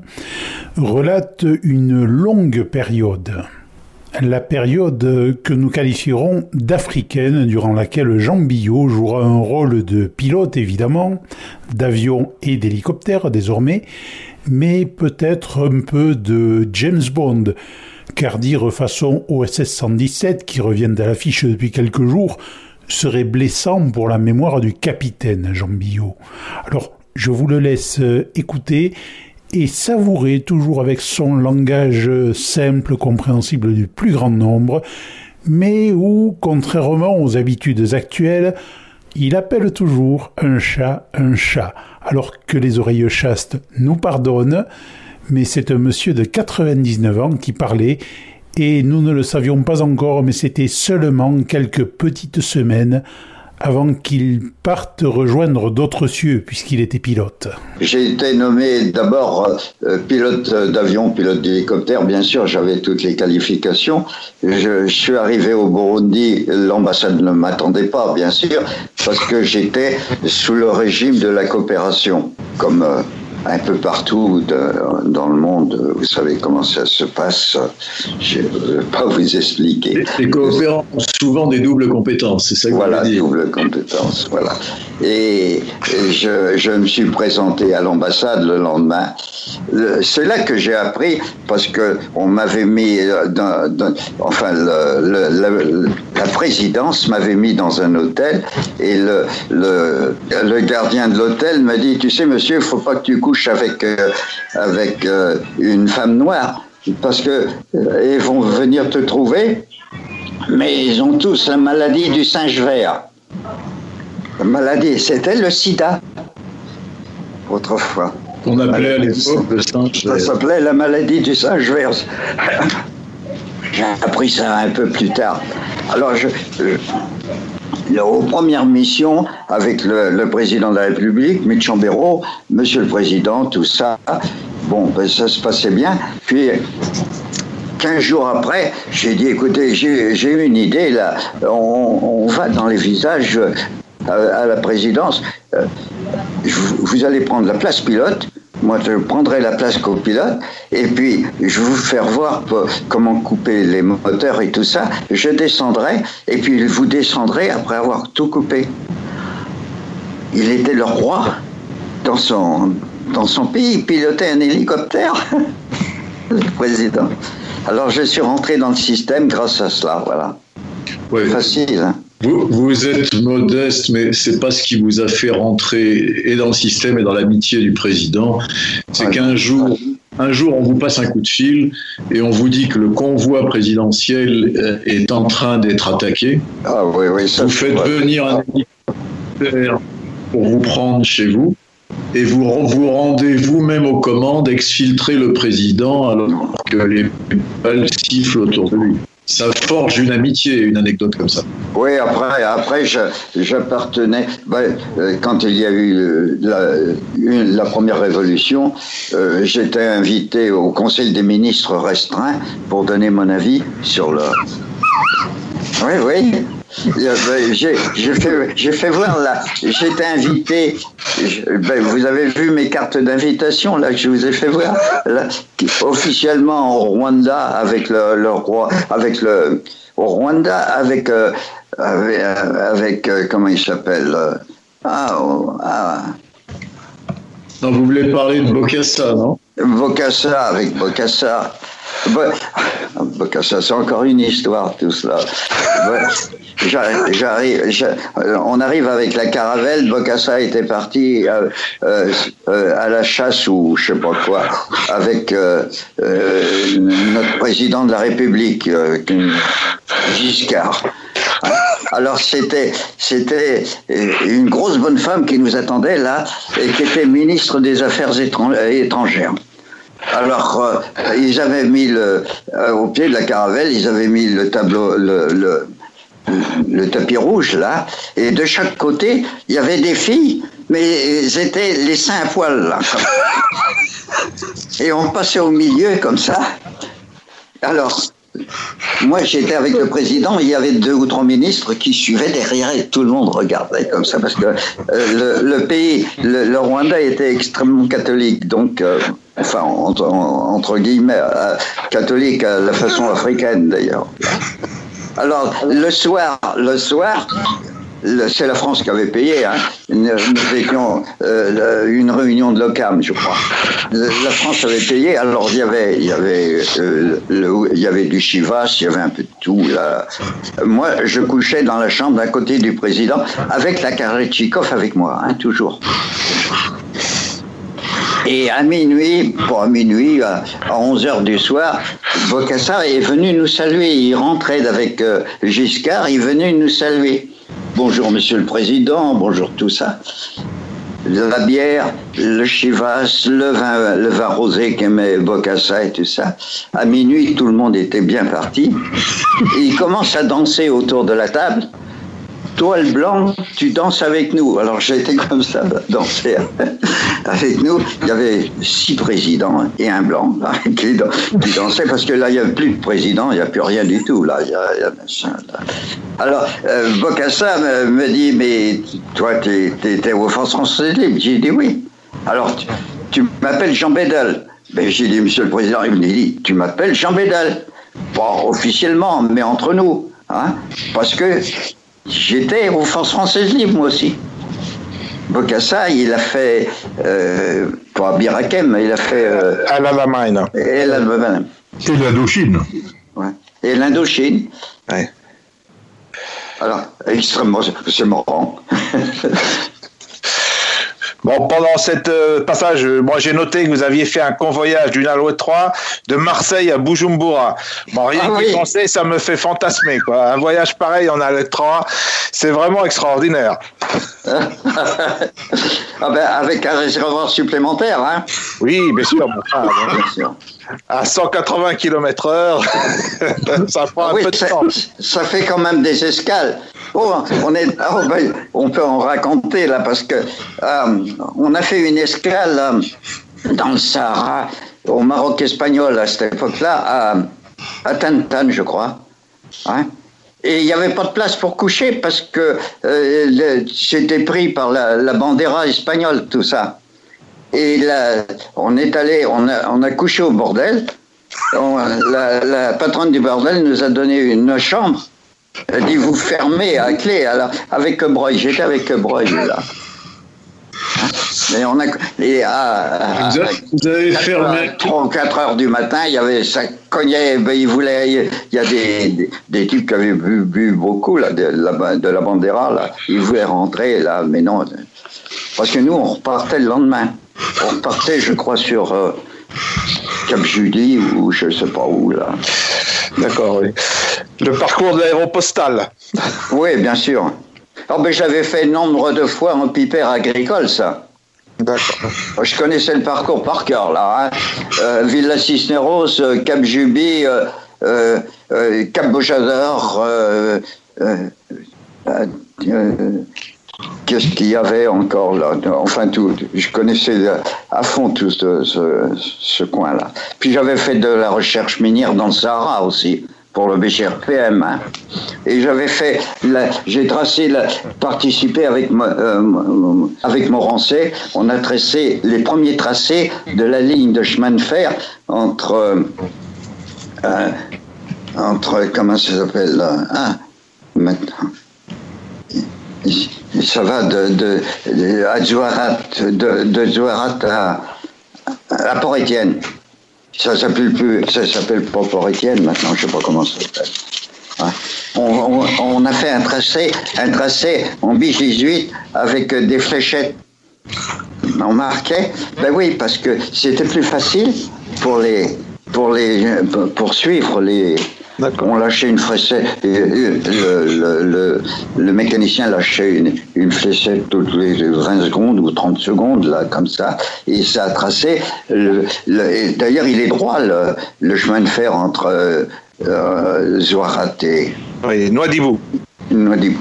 relate une longue période. La période que nous qualifierons d'africaine, durant laquelle Jean Billot jouera un rôle de pilote évidemment, d'avion et d'hélicoptère désormais, mais peut-être un peu de James Bond, car dire façon O S S cent dix-sept, qui reviennent à l'affiche depuis quelques jours, serait blessant pour la mémoire du capitaine Jean Billot. Alors, je vous le laisse écouter et savourer, toujours avec son langage simple, compréhensible du plus grand nombre, mais où, contrairement aux habitudes actuelles, il appelle toujours un chat un chat, alors que les oreilles chastes nous pardonnent, mais c'est un monsieur de quatre-vingt-dix-neuf ans qui parlait, et nous ne le savions pas encore, mais c'était seulement quelques petites semaines avant qu'il parte rejoindre d'autres cieux, puisqu'il était pilote. J'ai été nommé d'abord euh, pilote d'avion, pilote d'hélicoptère, bien sûr, j'avais toutes les qualifications. Je, je suis arrivé au Burundi, l'ambassade ne m'attendait pas, bien sûr, parce que j'étais sous le régime de la coopération, comme... Euh, un peu partout de, dans le monde, vous savez comment ça se passe, je ne vais pas vous expliquer. Les, les coopérants ont souvent des doubles compétences, c'est ça que voilà, vous voulez dire. Voilà, double compétence, voilà. Et, et je, je me suis présenté à l'ambassade le lendemain. C'est là que j'ai appris, parce qu'on m'avait mis, dans, dans, enfin, le, le, le, la présidence m'avait mis dans un hôtel, et le, le, le gardien de l'hôtel m'a dit, tu sais monsieur, il ne faut pas que tu couches avec, euh, avec euh, une femme noire, parce que euh, ils vont venir te trouver, mais ils ont tous la maladie du singe vert. La maladie, c'était le sida, autrefois. On appelait à l'époque le singe vert. Ça s'appelait la maladie du singe vert. J'ai appris ça un peu plus tard. Alors, je... je aux premières missions avec le, le président de la République, Mitchambero, Monsieur le Président, tout ça, bon, ben, ça se passait bien. Puis, quinze jours après, j'ai dit, écoutez, j'ai, j'ai une idée, là, on, on va dans les visages à, à la présidence, euh, vous, vous allez prendre la place pilote, moi je prendrai la place copilote, et puis je vais vous faire voir comment couper les moteurs et tout ça, je descendrai, et puis vous descendrez après avoir tout coupé. Il était le roi dans son, dans son pays, il pilotait un hélicoptère, le président. Alors je suis rentré dans le système grâce à cela, voilà. Ouais. Facile, hein. Vous, vous êtes modeste, mais c'est pas ce qui vous a fait rentrer et dans le système et dans l'amitié du président. C'est ouais. qu'un jour, un jour, on vous passe un coup de fil et on vous dit que le convoi présidentiel est en train d'être attaqué. Ah oui, oui. Ça, vous faites ouais. venir un hélicoptère pour vous prendre chez vous et vous vous rendez vous-même aux commandes, exfiltrer le président alors que les balles sifflent autour de lui. Ça forge une amitié, une anecdote comme ça. Oui, après, après je, j'appartenais, ben, quand il y a eu la, une, la première révolution, euh, j'étais invité au Conseil des ministres restreint pour donner mon avis sur le... Oui, oui. J'ai, j'ai, fait, j'ai fait voir là, j'étais invité, je, ben, vous avez vu mes cartes d'invitation là que je vous ai fait voir, là, officiellement au Rwanda avec le, le roi, avec le, au Rwanda avec, euh, avec, avec euh, comment il s'appelle euh, ah, oh, ah. Non, vous voulez parler de Bokassa, non? Bokassa, avec Bokassa. Bokassa, c'est encore une histoire tout cela. j'arrive, j'arrive, on arrive avec la caravelle. Bokassa était parti euh, euh, à la chasse ou je sais pas quoi avec euh, euh, notre président de la République, euh, Giscard. Alors c'était c'était une grosse bonne femme qui nous attendait là et qui était ministre des Affaires étrangères. Alors euh, ils avaient mis le, euh, au pied de la caravelle, ils avaient mis le tableau, le, le, le tapis rouge là, et de chaque côté il y avait des filles, mais c'était les seins à poil là. Et on passait au milieu comme ça. Alors moi, j'étais avec le président, il y avait deux ou trois ministres qui suivaient derrière et tout le monde regardait comme ça parce que euh, le, le pays, le, le Rwanda était extrêmement catholique, donc, euh, enfin, entre, entre guillemets, euh, catholique à la façon africaine d'ailleurs. Alors, le soir, le soir, le, c'est la France qui avait payé, hein. Nous, nous étions euh, une réunion de l'OCAM, je crois. La France avait payé, alors il y avait, il y avait, euh, le, il y avait du chivas, il y avait un peu de tout. Là. Moi, je couchais dans la chambre d'à côté du président, avec la Karetchikov avec moi, hein, toujours. Et à minuit, pour à minuit, à onze heures du soir, Bokassa est venu nous saluer. Il rentrait avec euh, Giscard, il venait nous saluer. Bonjour Monsieur le Président, bonjour tout ça. La bière, le chivas, le vin, le vin rosé qu'aimait Bokassa et tout ça. À minuit, tout le monde était bien parti. Et il commence à danser autour de la table. Toi, le blanc, tu danses avec nous. Alors j'étais comme ça, danser avec nous. Il y avait six présidents et un blanc là, qui, qui dansaient parce que là, il n'y a plus de président, il n'y a plus rien du tout. Là, il y a, il y a machin, là. Alors, euh, Bokassa me, me dit, mais toi, tu es aux Forces françaises libres. J'ai dit oui. Alors, tu, tu m'appelles Jean Bédel. Ben, j'ai dit, Monsieur le Président, il me dit, tu m'appelles Jean Bédel. Pas officiellement, mais entre nous. Hein, parce que j'étais aux Forces françaises libres, moi aussi. Bokassa, il a fait, euh, pas Birakem, il a fait... Euh, El Alamein. El Alamein. Et l'Indochine. Ouais. Et l'Indochine. Ouais. Alors, extrêmement, c'est marrant. Bon, pendant cette euh, passage, moi j'ai noté que vous aviez fait un convoyage d'une Alouette trois de Marseille à Bujumbura. Bon, rien ah, qu'y oui. penser, ça me fait fantasmer, quoi. Un voyage pareil en Alouette trois, c'est vraiment extraordinaire. Ah ben, avec un réservoir supplémentaire, hein. Oui, bien sûr. Enfin, bien sûr. À cent quatre-vingts kilomètres heure, ça prend un oui, peu de temps. Ça fait quand même des escales. Oh, on, est, oh ben, on peut en raconter là parce que euh, on a fait une escale euh, dans le Sahara, au Maroc espagnol à cette époque-là, à, à Tantan, je crois. Hein? Et il n'y avait pas de place pour coucher parce que euh, c'était pris par la, la bandera espagnole, tout ça. Et là, on est allé, on a, on a couché au bordel. On, la, la patronne du bordel nous a donné une chambre. Elle dit, vous fermez à clé. Alors, avec Breuil, j'étais avec Breuil, là. Et on a, et à, à, vous, avez, vous avez fermé trois ou quatre heures du matin, il y avait, ça cognait, ben, il voulait, il y a des, des, des types qui avaient bu, bu beaucoup, là, de la, de la bandera, là. Ils voulaient rentrer, là, mais non. Parce que nous, on repartait le lendemain. On repartait, je crois, sur euh, Cap Judy ou je sais pas où, là. D'accord, oui. Le parcours de l'aéropostale. Oui, bien sûr. Oh, ben, j'avais fait nombre de fois en pipère agricole, ça. D'accord. Je connaissais le parcours par cœur, là. Hein. Euh, Villa Cisneros, euh, Cap Juby, euh, euh, euh, Cap Bojador, euh, euh, euh, euh, qu'est-ce qu'il y avait encore là? Enfin, tout. Je connaissais à fond tout ce, ce, ce coin-là. Puis j'avais fait de la recherche minière dans le Sahara aussi, pour le B G R P M. Hein. Et j'avais fait, la, j'ai tracé, la, participé avec, euh, avec Morancé, on a tracé les premiers tracés de la ligne de chemin de fer entre, euh, entre comment ça s'appelle là, hein, maintenant. Ça va de, de, de, à Zouarat, de, de Zouarat à, à Port-Étienne. Ça s'appelle plus, ça s'appelle pas Port-Étienne maintenant, je sais pas comment ça s'appelle. On, on, on a fait un tracé, un tracé en biche dix-huit avec des fléchettes. On marquait. Ben oui, parce que c'était plus facile pour les, pour les, pour suivre les. D'accord. On lâchait une fléchette. Le, le, le, le mécanicien lâchait une, une fléchette toutes les vingt secondes ou trente secondes, là, comme ça, et ça a tracé. Le, le, d'ailleurs, il est droit, le, le chemin de fer entre euh, euh, Zouarat et. Oui, Nouadhibou. Nouadhibou.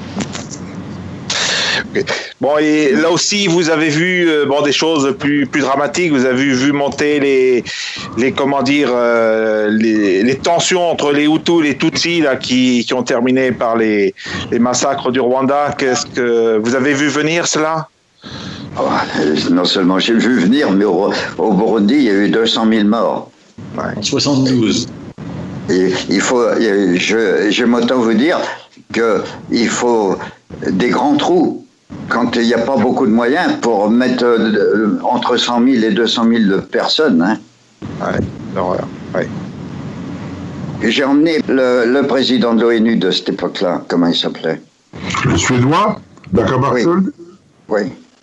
Okay. Bon, et là aussi, vous avez vu euh, bon, des choses plus, plus dramatiques. Vous avez vu, vu monter les, les, comment dire, euh, les, les tensions entre les Hutus et les Tutsis là, qui, qui ont terminé par les, les massacres du Rwanda. Qu'est-ce que vous avez vu venir cela? Oh, non seulement j'ai vu venir, mais au, au Burundi, il y a eu deux cent mille morts. Ouais. soixante-douze. Et il faut, je, j'aime autant vous dire qu'il faut des grands trous. Quand il n'y a pas beaucoup de moyens pour mettre euh, entre cent mille et deux cent mille personnes. Hein. Ouais, l'horreur, ouais. J'ai emmené le, le président de l'ONU de cette époque-là, comment il s'appelait? Le Suédois, Dag Hammarskjöld. Oui.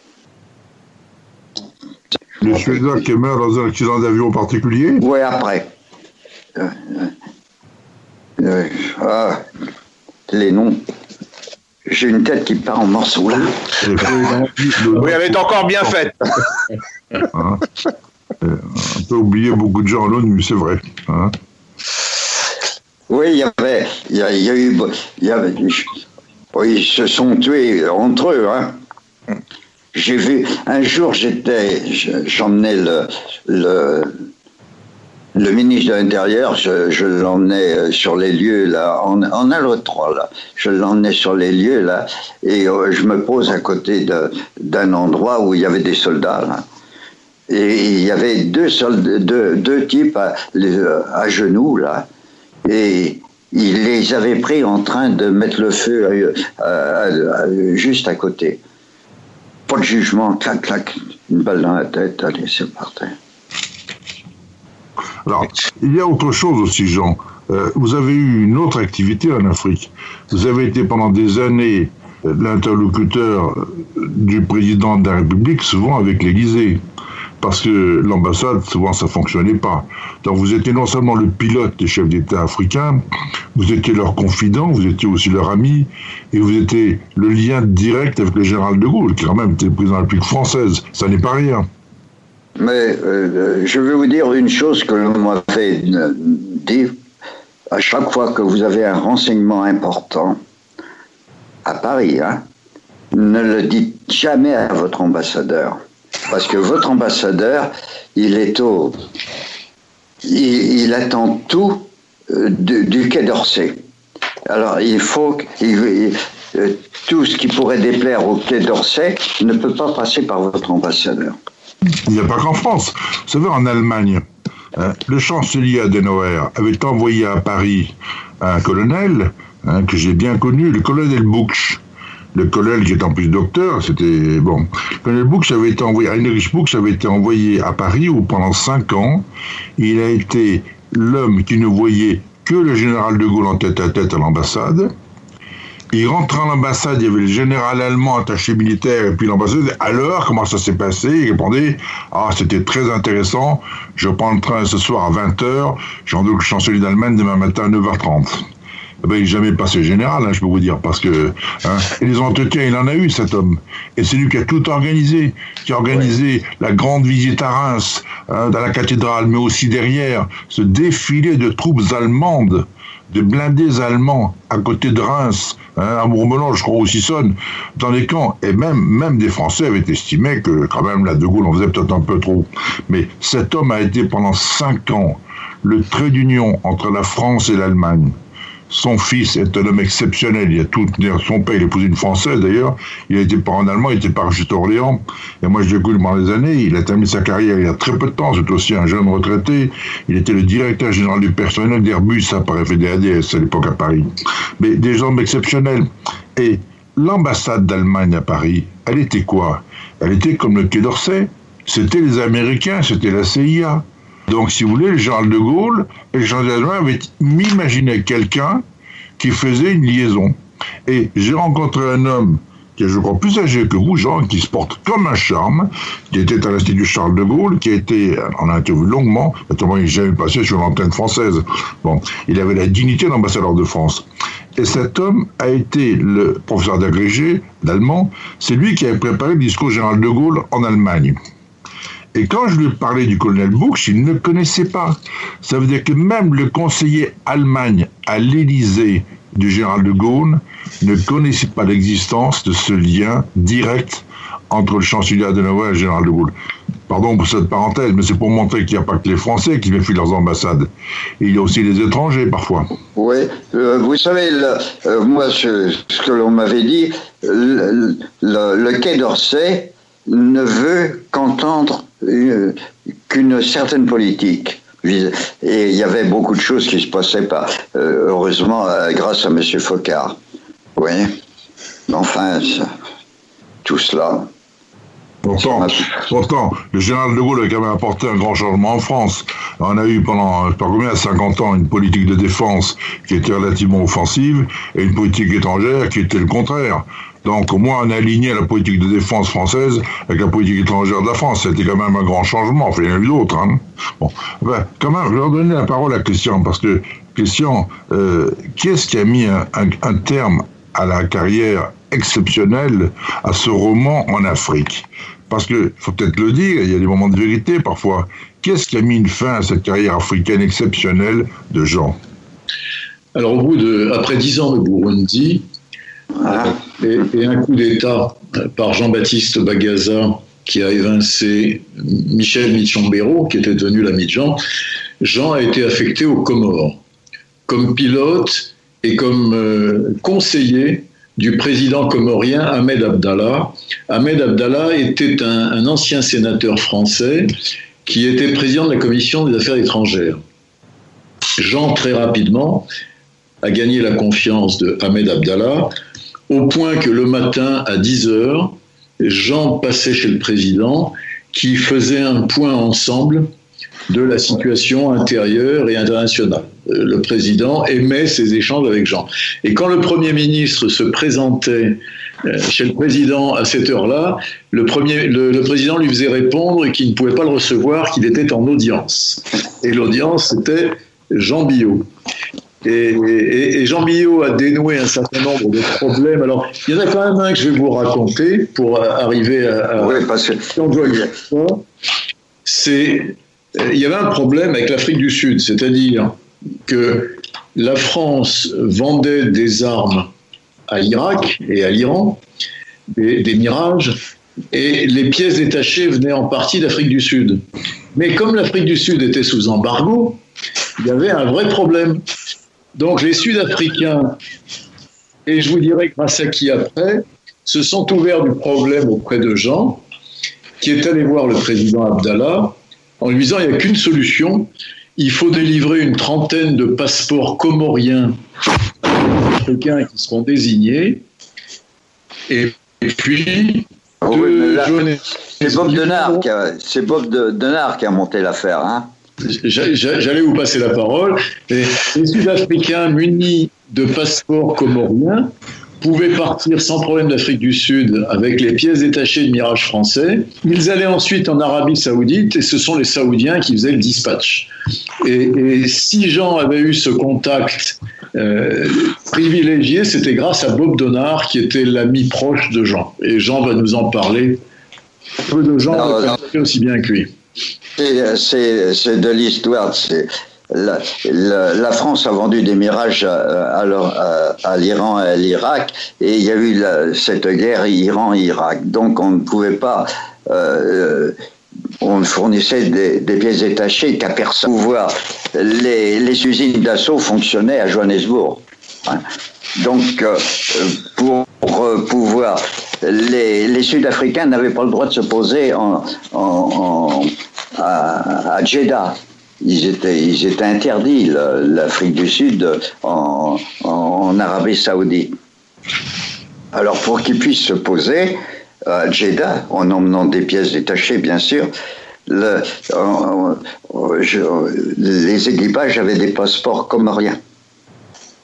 oui. Le Suédois qui meurt dans un accident d'avion particulier? Oui, après. Euh, euh, euh, ah, les noms. J'ai une tête qui part en morceaux là. Oui, elle est encore bien faite. Hein, on peut oublier beaucoup de gens à l'ONU, c'est vrai. Hein. Oui, il y avait, il y, a, il y a eu, il y avait, oui, ils se sont tués entre eux. Hein. J'ai vu, un jour j'étais, j'emmenais le, le Le ministre de l'Intérieur, je, je l'emmenais sur les lieux, là, en, en L O trois, là. Je l'emmenais sur les lieux, là, et euh, je me pose à côté de, d'un endroit où il y avait des soldats, là. Et il y avait deux, soldats, deux, deux types à, à genoux, là, et ils les avaient pris en train de mettre le feu à, à, à, juste à côté. Pas de jugement, clac, clac, une balle dans la tête, allez, c'est parti. Alors, il y a autre chose aussi, Jean. Euh, vous avez eu une autre activité en Afrique. Vous avez été pendant des années euh, l'interlocuteur du président de la République, souvent avec l'Élysée. Parce que l'ambassade, souvent, ça ne fonctionnait pas. Donc, vous étiez non seulement le pilote des chefs d'État africains, vous étiez leur confident, vous étiez aussi leur ami, et vous étiez le lien direct avec le général de Gaulle, qui quand même était le président de la République française. Ça n'est pas rien. Mais euh, je vais vous dire une chose que l'on m'a fait dire à chaque fois que vous avez un renseignement important à Paris, hein, ne le dites jamais à votre ambassadeur. Parce que votre ambassadeur, il est au... Il, il attend tout euh, du, du Quai d'Orsay. Alors il faut... Il, il, euh, tout ce qui pourrait déplaire au Quai d'Orsay ne peut pas passer par votre ambassadeur. Il n'y a pas qu'en France. Vous savez, en Allemagne, hein, le chancelier Adenauer avait envoyé à Paris un colonel hein, que j'ai bien connu, le colonel Buchs. Le colonel qui est en plus docteur, c'était... Bon. Le colonel Buchs avait été envoyé... Heinrich Buchs avait été envoyé à Paris où pendant cinq ans, il a été l'homme qui ne voyait que le général de Gaulle en tête à tête à l'ambassade. Il rentre à l'ambassade, il y avait le général allemand attaché militaire, et puis l'ambassadeur, alors, comment ça s'est passé? Il répondait, ah, c'était très intéressant, je prends le train ce soir à vingt heures, j'ai rendu le chancelier d'Allemagne demain matin à neuf heures trente. Eh ben, il n'est jamais passé général, hein, je peux vous dire, parce que hein, et les entretiens, il en a eu, cet homme. Et c'est lui qui a tout organisé, qui a organisé ouais. la grande visite à Reims, hein, dans la cathédrale, mais aussi derrière, ce défilé de troupes allemandes, de blindés allemands à côté de Reims, hein, à Mourmelon, je crois, au Sissonne, dans les camps. Et même, même des Français avaient estimé que, quand même, là, De Gaulle en faisait peut-être un peu trop. Mais cet homme a été pendant cinq ans le trait d'union entre la France et l'Allemagne. Son fils est un homme exceptionnel. Il a tout, son père, il a épousé une Française d'ailleurs. Il a été pas en allemand, il était parachuté à Orléans. Et moi, je l'ai connu pendant des années. Il a terminé sa carrière il y a très peu de temps. C'est aussi un jeune retraité. Il était le directeur général du personnel d'Airbus, ça par F D A D S à l'époque à Paris. Mais des hommes exceptionnels. Et l'ambassade d'Allemagne à Paris, elle était quoi? Elle était comme le Quai d'Orsay. C'était les Américains, c'était la C I A. Donc, si vous voulez, le général de Gaulle et le général d'Allemagne avaient imaginé quelqu'un qui faisait une liaison. Et j'ai rencontré un homme qui est, je crois, plus âgé que vous, Jean, qui se porte comme un charme, qui était à l'Institut Charles de Gaulle, qui a été, on a interviewé longuement, notamment il n'est jamais passé sur l'antenne française. Bon, il avait la dignité d'ambassadeur de France. Et cet homme a été le professeur d'agrégé d'allemand, c'est lui qui avait préparé le discours général de Gaulle en Allemagne. Et quand je lui ai parlé du colonel Buch, il ne le connaissait pas. Ça veut dire que même le conseiller Allemagne à l'Élysée du général de Gaulle ne connaissait pas l'existence de ce lien direct entre le chancelier Adenauer et le général de Gaulle. Pardon pour cette parenthèse, mais c'est pour montrer qu'il n'y a pas que les Français qui méfient leurs ambassades. Et il y a aussi les étrangers, parfois. Oui, euh, vous savez, le, euh, moi, ce, ce que l'on m'avait dit, le, le, le Quai d'Orsay ne veut qu'entendre une, qu'une certaine politique. Et il y avait beaucoup de choses qui se passaient pas, euh, heureusement, euh, grâce à M. Focard. Oui, enfin, ça, tout cela... Pourtant, pourtant, le général de Gaulle a quand même apporté un grand changement en France. On a eu pendant, je sais pas combien, cinquante ans, une politique de défense qui était relativement offensive et une politique étrangère qui était le contraire. Donc, au moins, on a aligné la politique de défense française avec la politique étrangère de la France. C'était quand même un grand changement. Enfin, il y en a eu d'autres. Hein. Bon, ben, quand même, je vais leur donner la parole à Christian, parce que, Christian, euh, qui est-ce qui a mis un, un, un terme à la carrière exceptionnelle à ce roman en Afrique? Parce que, faut peut-être le dire, il y a des moments de vérité parfois. Qu'est-ce qui a mis une fin à cette carrière africaine exceptionnelle de Jean? Alors, au bout de, après dix ans de Burundi, ah. et, et un coup d'État par Jean-Baptiste Bagaza, qui a évincé Michel Michombero, qui était devenu l'ami de Jean, Jean a été affecté aux Comores, comme pilote et comme euh, conseiller du président comorien Ahmed Abdallah. Ahmed Abdallah était un, un ancien sénateur français qui était président de la commission des affaires étrangères. Jean, très rapidement, a gagné la confiance de Ahmed Abdallah, au point que le matin, à dix heures, Jean passait chez le président, qui faisait un point ensemble de la situation intérieure et internationale. Le président aimait ces échanges avec Jean. Et quand le Premier ministre se présentait chez le président à cette heure-là, le, premier, le, le président lui faisait répondre qu'il ne pouvait pas le recevoir, qu'il était en audience. Et l'audience, c'était Jean Billot. Et, et, et Jean Billot a dénoué un certain nombre de problèmes. Alors, il y en a quand même un que je vais vous raconter pour arriver à... à oui, parce que... C'est... Il y avait un problème avec l'Afrique du Sud, c'est-à-dire que la France vendait des armes à l'Irak et à l'Iran, des, des Mirages, et les pièces détachées venaient en partie d'Afrique du Sud. Mais comme l'Afrique du Sud était sous embargo, il y avait un vrai problème. Donc les Sud-Africains, et je vous dirai grâce à qui après, se sont ouverts du problème auprès de Jean, qui est allé voir le président Abdallah, en lui disant il n'y a qu'une solution, il faut délivrer une trentaine de passeports comoriens africains qui seront désignés, et puis... Oh oui, là, c'est Bob Denard qui a, c'est Bob de, Denard qui a monté l'affaire. Hein. J'allais vous passer la parole. Les, les Sud-Africains munis de passeports comoriens pouvaient partir sans problème d'Afrique du Sud avec les pièces détachées de Mirage français. Ils allaient ensuite en Arabie Saoudite et ce sont les Saoudiens qui faisaient le dispatch. Et, et si Jean avait eu ce contact euh, privilégié, c'était grâce à Bob Denard qui était l'ami proche de Jean. Et Jean va nous en parler. Peu de gens ne connaissaient aussi bien que lui. C'est, c'est, c'est de l'histoire. C'est... La, la, la France a vendu des Mirages à, à, à, à l'Iran et à l'Irak, et il y a eu la, cette guerre Iran-Irak. Donc on ne pouvait pas, euh, on fournissait des, des pièces détachées qu'à personne. Pouvoir, les, les usines d'assaut fonctionnaient à Johannesburg. Hein. Donc euh, pour pouvoir, les, les Sud-Africains n'avaient pas le droit de se poser en, en, en, à, à Jeddah. Ils étaient, ils étaient interdits, l'Afrique du Sud, en, en Arabie Saoudite. Alors, pour qu'ils puissent se poser à Jeddah, en emmenant des pièces détachées, bien sûr, le, en, en, je, les équipages avaient des passeports comoriens.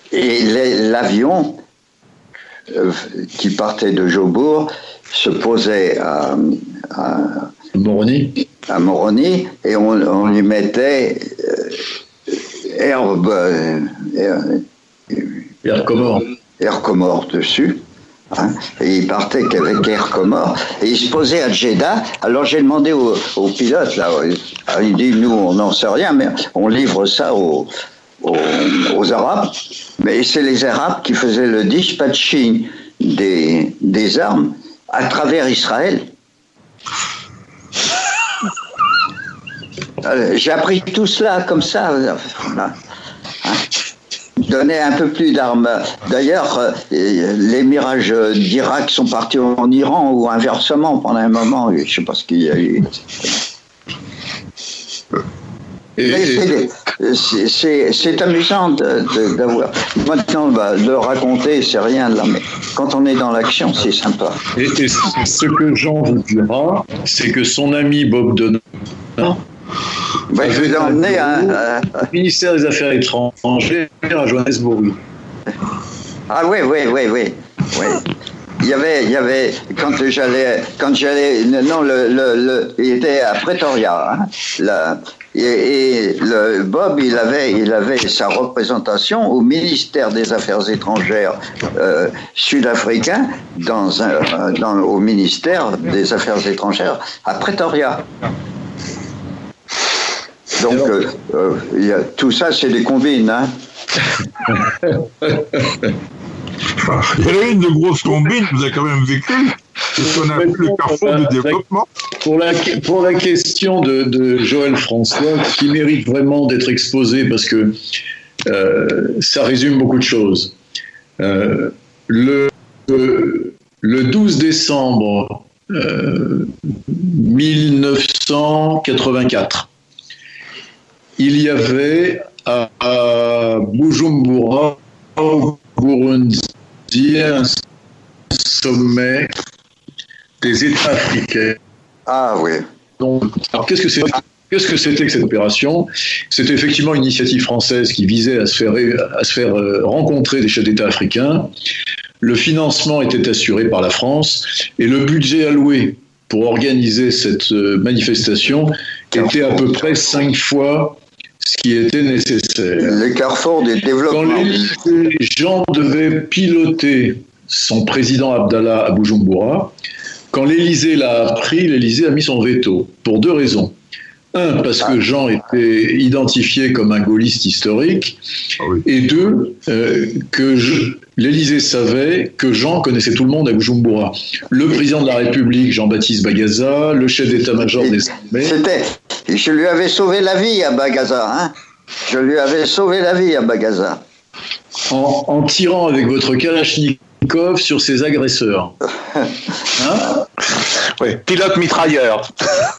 Et les, l'avion euh, qui partait de Jobourg se posait à, à Moroni. À Moroni, et on, on lui mettait euh, herbe, euh, Air Comore. Air Comore dessus. Hein, et il partait qu'avec Air Comore et il se posait à Jeddah. Alors j'ai demandé au, au pilote là, il dit nous on n'en sait rien mais on livre ça aux, aux, aux Arabes, mais c'est les Arabes qui faisaient le dispatching des, des armes à travers Israël. J'ai appris tout cela comme ça. Hein. Donner un peu plus d'armes. D'ailleurs, les mirages d'Irak sont partis en Iran ou inversement pendant un moment. Je ne sais pas ce qu'il y a eu. Et, et... C'est, c'est, c'est amusant de, de, d'avoir. Maintenant, bah, de raconter, c'est rien là, mais quand on est dans l'action, c'est sympa. Et, et ce que Jean vous dira, c'est que son ami Bob Donner. Ouais, je vous ai emmené à, à... au ministère des Affaires étrangères à Johannesburg. Ah oui, oui, oui, oui. oui. Il y avait, il y avait quand j'allais, quand j'allais, non, le, le, le il était à Pretoria, hein, là, et, et le Bob, il avait, il avait sa représentation au ministère des Affaires étrangères euh, sud-africain dans un, dans, au ministère des Affaires étrangères à Pretoria. Donc, euh, euh, y a, tout ça, c'est des combines, hein. Il y en a une de grosse combine, vous avez quand même vécu. C'est ce qu'on appelle le carrefour du développement. Pour la, pour la question de, de Joël François, qui mérite vraiment d'être exposé parce que euh, ça résume beaucoup de choses. Euh, le, euh, le douze décembre euh, mille neuf cent quatre-vingt-quatre, il y avait à, à Bujumbura, au Burundi, un sommet des États africains. Ah oui. Donc, alors qu'est-ce que c'est Qu'est-ce que c'était que cette opération? C'était effectivement une initiative française qui visait à se faire, à se faire rencontrer des chefs d'État africains. Le financement était assuré par la France et le budget alloué pour organiser cette manifestation était à peu près cinq fois ce qui était nécessaire. Le carrefour du développement. Quand les gens devaient piloter son président Abdallah à Bujumbura, quand l'Élysée l'a appris, l'Élysée a mis son veto, pour deux raisons. Un, parce que Jean était identifié comme un gaulliste historique, ah oui. Et deux, euh, que je, l'Élysée savait que Jean connaissait tout le monde à Bujumbura. Le président de la République, Jean-Baptiste Bagaza, le chef d'état-major des armées. C'était, je lui avais sauvé la vie à Bagaza, hein. Je lui avais sauvé la vie à Bagaza. En, en tirant avec votre Kalachnikov sur ses agresseurs. Hein? Oui, pilote mitrailleur.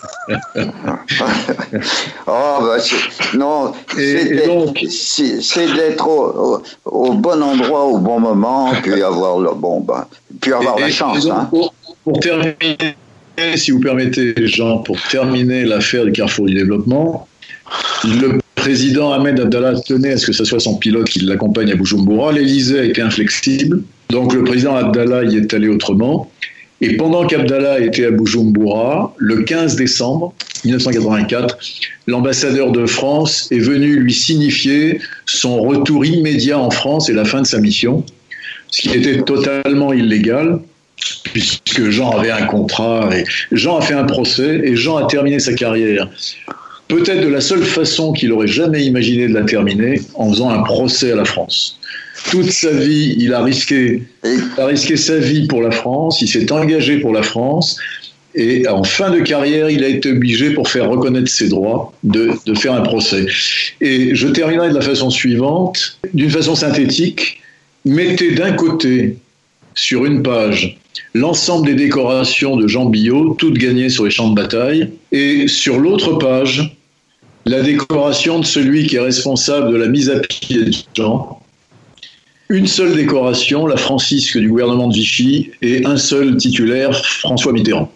Oh, bah, c'est, non, et, c'est, et donc, c'est, c'est d'être au, au, au bon endroit au bon moment, puis avoir le bon, bah, puis avoir et, la chance. Donc, hein. pour, pour terminer, si vous permettez, Jean, pour terminer l'affaire du Carrefour du développement, le président Ahmed Abdallah tenait à ce que ce soit son pilote qui l'accompagne à Bujumbura. L'Élysée a été inflexible, donc le président Abdallah y est allé autrement. Et pendant qu'Abdallah était à Bujumbura, le quinze décembre mille neuf cent quatre-vingt-quatre, l'ambassadeur de France est venu lui signifier son retour immédiat en France et la fin de sa mission, ce qui était totalement illégal, puisque Jean avait un contrat, et Jean a fait un procès, et Jean a terminé sa carrière, peut-être de la seule façon qu'il aurait jamais imaginé de la terminer, en faisant un procès à la France. Toute sa vie, il a risqué, il a risqué sa vie pour la France, il s'est engagé pour la France, et en fin de carrière, il a été obligé, pour faire reconnaître ses droits, de, de faire un procès. Et je terminerai de la façon suivante, d'une façon synthétique. Mettez d'un côté, sur une page, l'ensemble des décorations de Jean Billot, toutes gagnées sur les champs de bataille, et sur l'autre page, la décoration de celui qui est responsable de la mise à pied de Jean. une seule décoration, la francisque du gouvernement de Vichy, et un seul titulaire, François Mitterrand.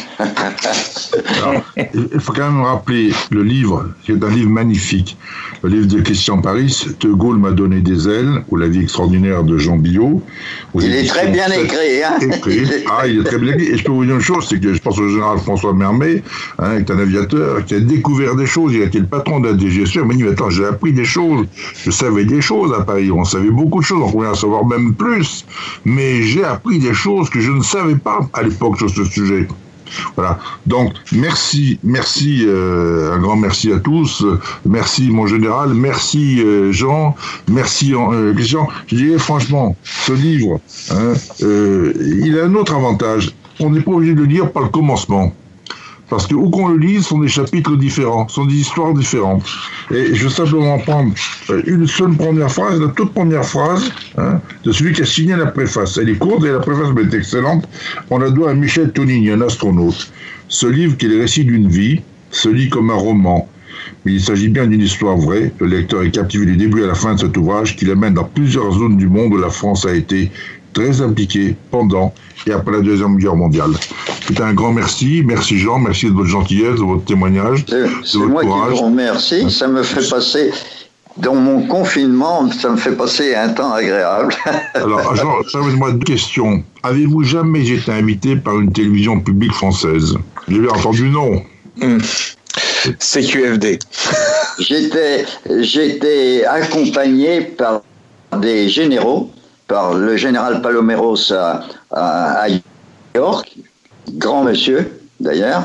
Alors, il faut quand même rappeler le livre, qui est un livre magnifique, le livre de Christian Paris, De Gaulle m'a donné des ailes, ou La vie extraordinaire de Jean Billot. Il est très bien écrit, hein écrit. Ah, il est très bien écrit. Et je peux vous dire une chose, c'est que je pense au général François Mermet, hein, qui est un aviateur, qui a découvert des choses. Il a été le patron de la D G S E. Il m'a dit, attends, j'ai appris des choses. Je savais des choses à Paris. On savait beaucoup de choses. On pouvait en savoir même plus. Mais j'ai appris des choses que je ne savais pas à l'époque sur ce sujet. Voilà. Donc, merci, merci, euh, un grand merci à tous. Merci, mon général. Merci, euh, Jean. Merci, euh, Christian. Je dirais franchement, ce livre, hein, euh, il a un autre avantage. On n'est pas obligé de le lire par le commencement. Parce que où qu'on le lise, ce sont des chapitres différents, ce sont des histoires différentes. Et je veux simplement prendre une seule première phrase, la toute première phrase, hein, de celui qui a signé la préface. Elle est courte et la préface est excellente. On la doit à Michel Tonini, un astronaute. Ce livre, qui est le récit d'une vie, se lit comme un roman. Mais il s'agit bien d'une histoire vraie. Le lecteur est captivé du début à la fin de cet ouvrage qui l'amène dans plusieurs zones du monde où la France a été très impliquée pendant et après la Deuxième Guerre mondiale. C'est un grand merci. Merci Jean, merci de votre gentillesse, de votre témoignage. C'est, c'est moi courage. Qui vous remercie. Ça me fait passer, dans mon confinement, ça me fait passer un temps agréable. Alors, Jean, permettez-moi deux questions. Avez-vous jamais été invité par une télévision publique française? J'ai bien entendu non. Mmh. C Q F D. J'étais, j'étais accompagné par des généraux, par le général Paloméros à, à, à York, grand monsieur d'ailleurs,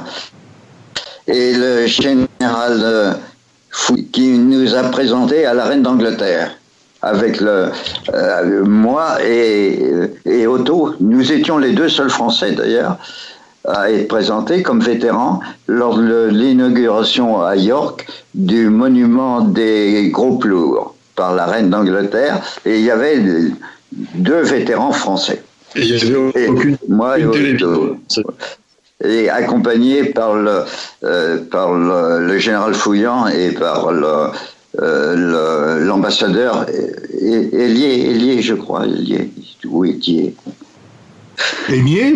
et le général euh, qui nous a présenté à la reine d'Angleterre, avec le, euh, moi et, et Otto. Nous étions les deux seuls Français d'ailleurs à être présentés comme vétérans lors de l'inauguration à York du monument des groupes lourds par la reine d'Angleterre, et il y avait deux vétérans français. Et il n'y avait et aucune, moi aucune et, télévision. Et accompagné par le, euh, par le, le général Fouillant et par le, euh, le, l'ambassadeur Hélier, Hélier, je crois, Hélier, ou Hélier. Hélier ?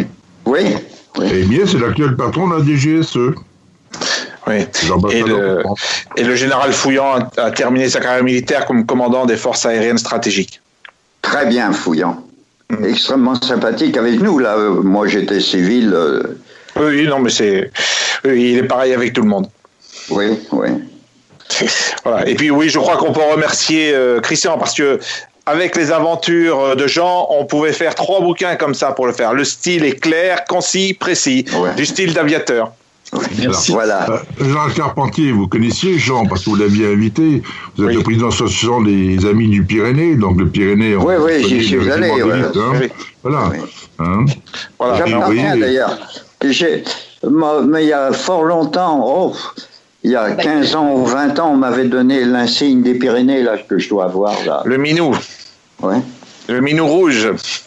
Oui. oui. Hélier, c'est l'actuel patron de la D G S E. Oui. Et le, et le général Fouillant a, a terminé sa carrière militaire comme commandant des forces aériennes stratégiques. Très bien, Fouillant. Mmh. Extrêmement sympathique avec nous, là. Moi, j'étais civil. Euh... Oui, non, mais c'est... Il est pareil avec tout le monde. Oui, oui. Voilà. Et puis, oui, je crois qu'on peut remercier euh, Christian, parce que avec les aventures de Jean, on pouvait faire trois bouquins comme ça pour le faire. Le style est clair, concis, précis, ouais. Du style d'aviateur. Oui, merci. Alors, voilà. Euh, Jean Carpentier, vous connaissiez Jean parce que vous l'aviez invité. Vous êtes oui. le président de l'association des Amis du Pyrénées, donc le Pyrénées. Oui, oui, j'y suis allé. Ouais. Hein. Oui. Voilà. Oui. Hein. voilà. J'appartiens d'ailleurs. J'ai, mais il y a fort longtemps, oh, il y a quinze ans ou vingt ans, on m'avait donné l'insigne des Pyrénées là que je dois avoir là. Le minou. Oui. Le minou rouge.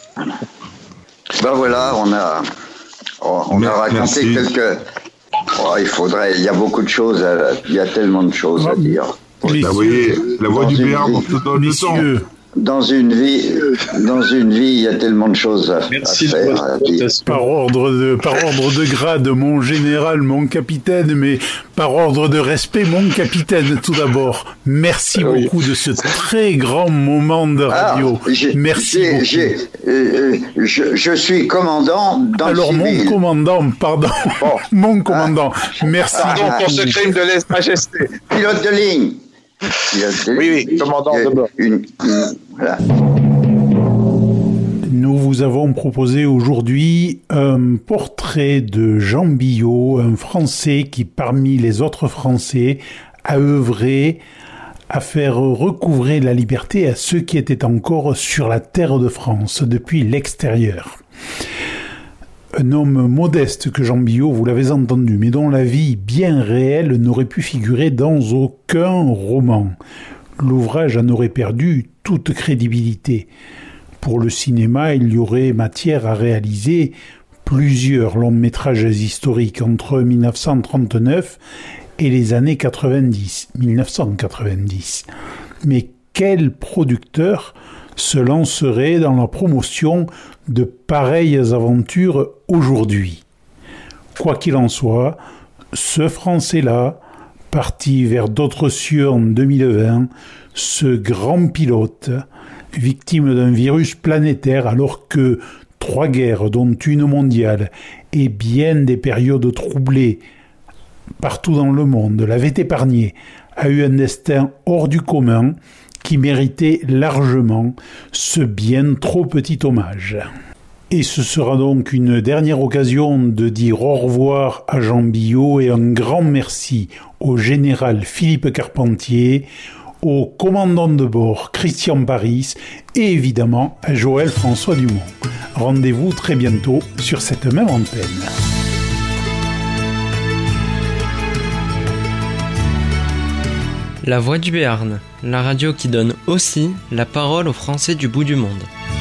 Ben voilà, on a, oh, on a raconté Merci. quelques. Oh, il faudrait, il y a beaucoup de choses, à, il y a tellement de choses à dire. Oui, vous voyez, la voix du Béarn se donne le temps. Dans une vie, dans une vie, il y a tellement de choses à, Merci à faire. À dire. Par ordre de, par ordre de grade, mon général, mon capitaine, mais par ordre de respect, mon capitaine, tout d'abord. Merci oui. beaucoup de ce très grand moment de radio. Ah, j'ai, Merci j'ai, beaucoup. J'ai, euh, je, je suis commandant dans Alors, le civil. mon commandant, pardon. Bon. mon commandant. Ah. Merci Pardon beaucoup. Pour ce crime de lèse-majesté. Pilote de ligne. Oui, oui, commandant de bord. Une, une, voilà. Nous vous avons proposé aujourd'hui un portrait de Jean Billot, un Français qui, parmi les autres Français, a œuvré à faire recouvrer la liberté à ceux qui étaient encore sur la terre de France depuis l'extérieur. Un homme modeste que Jean Billot, vous l'avez entendu, mais dont la vie bien réelle n'aurait pu figurer dans aucun roman. L'ouvrage en aurait perdu toute crédibilité. Pour le cinéma, il y aurait matière à réaliser plusieurs longs métrages historiques entre dix-neuf cent trente-neuf et les années quatre-vingt-dix, dix-neuf cent quatre-vingt-dix. Mais quel producteur se lancerait dans la promotion de pareilles aventures aujourd'hui. Quoi qu'il en soit, ce Français-là, parti vers d'autres cieux en deux mille vingt, ce grand pilote, victime d'un virus planétaire alors que trois guerres, dont une mondiale, et bien des périodes troublées partout dans le monde, l'avaient épargné, a eu un destin hors du commun qui méritait largement ce bien trop petit hommage. Et ce sera donc une dernière occasion de dire au revoir à Jean Billot et un grand merci au général Philippe Carpentier, au commandant de bord Christian Paris et évidemment à Joël François Dumont. Rendez-vous très bientôt sur cette même antenne. La Voix du Béarn, la radio qui donne aussi la parole aux Français du bout du monde.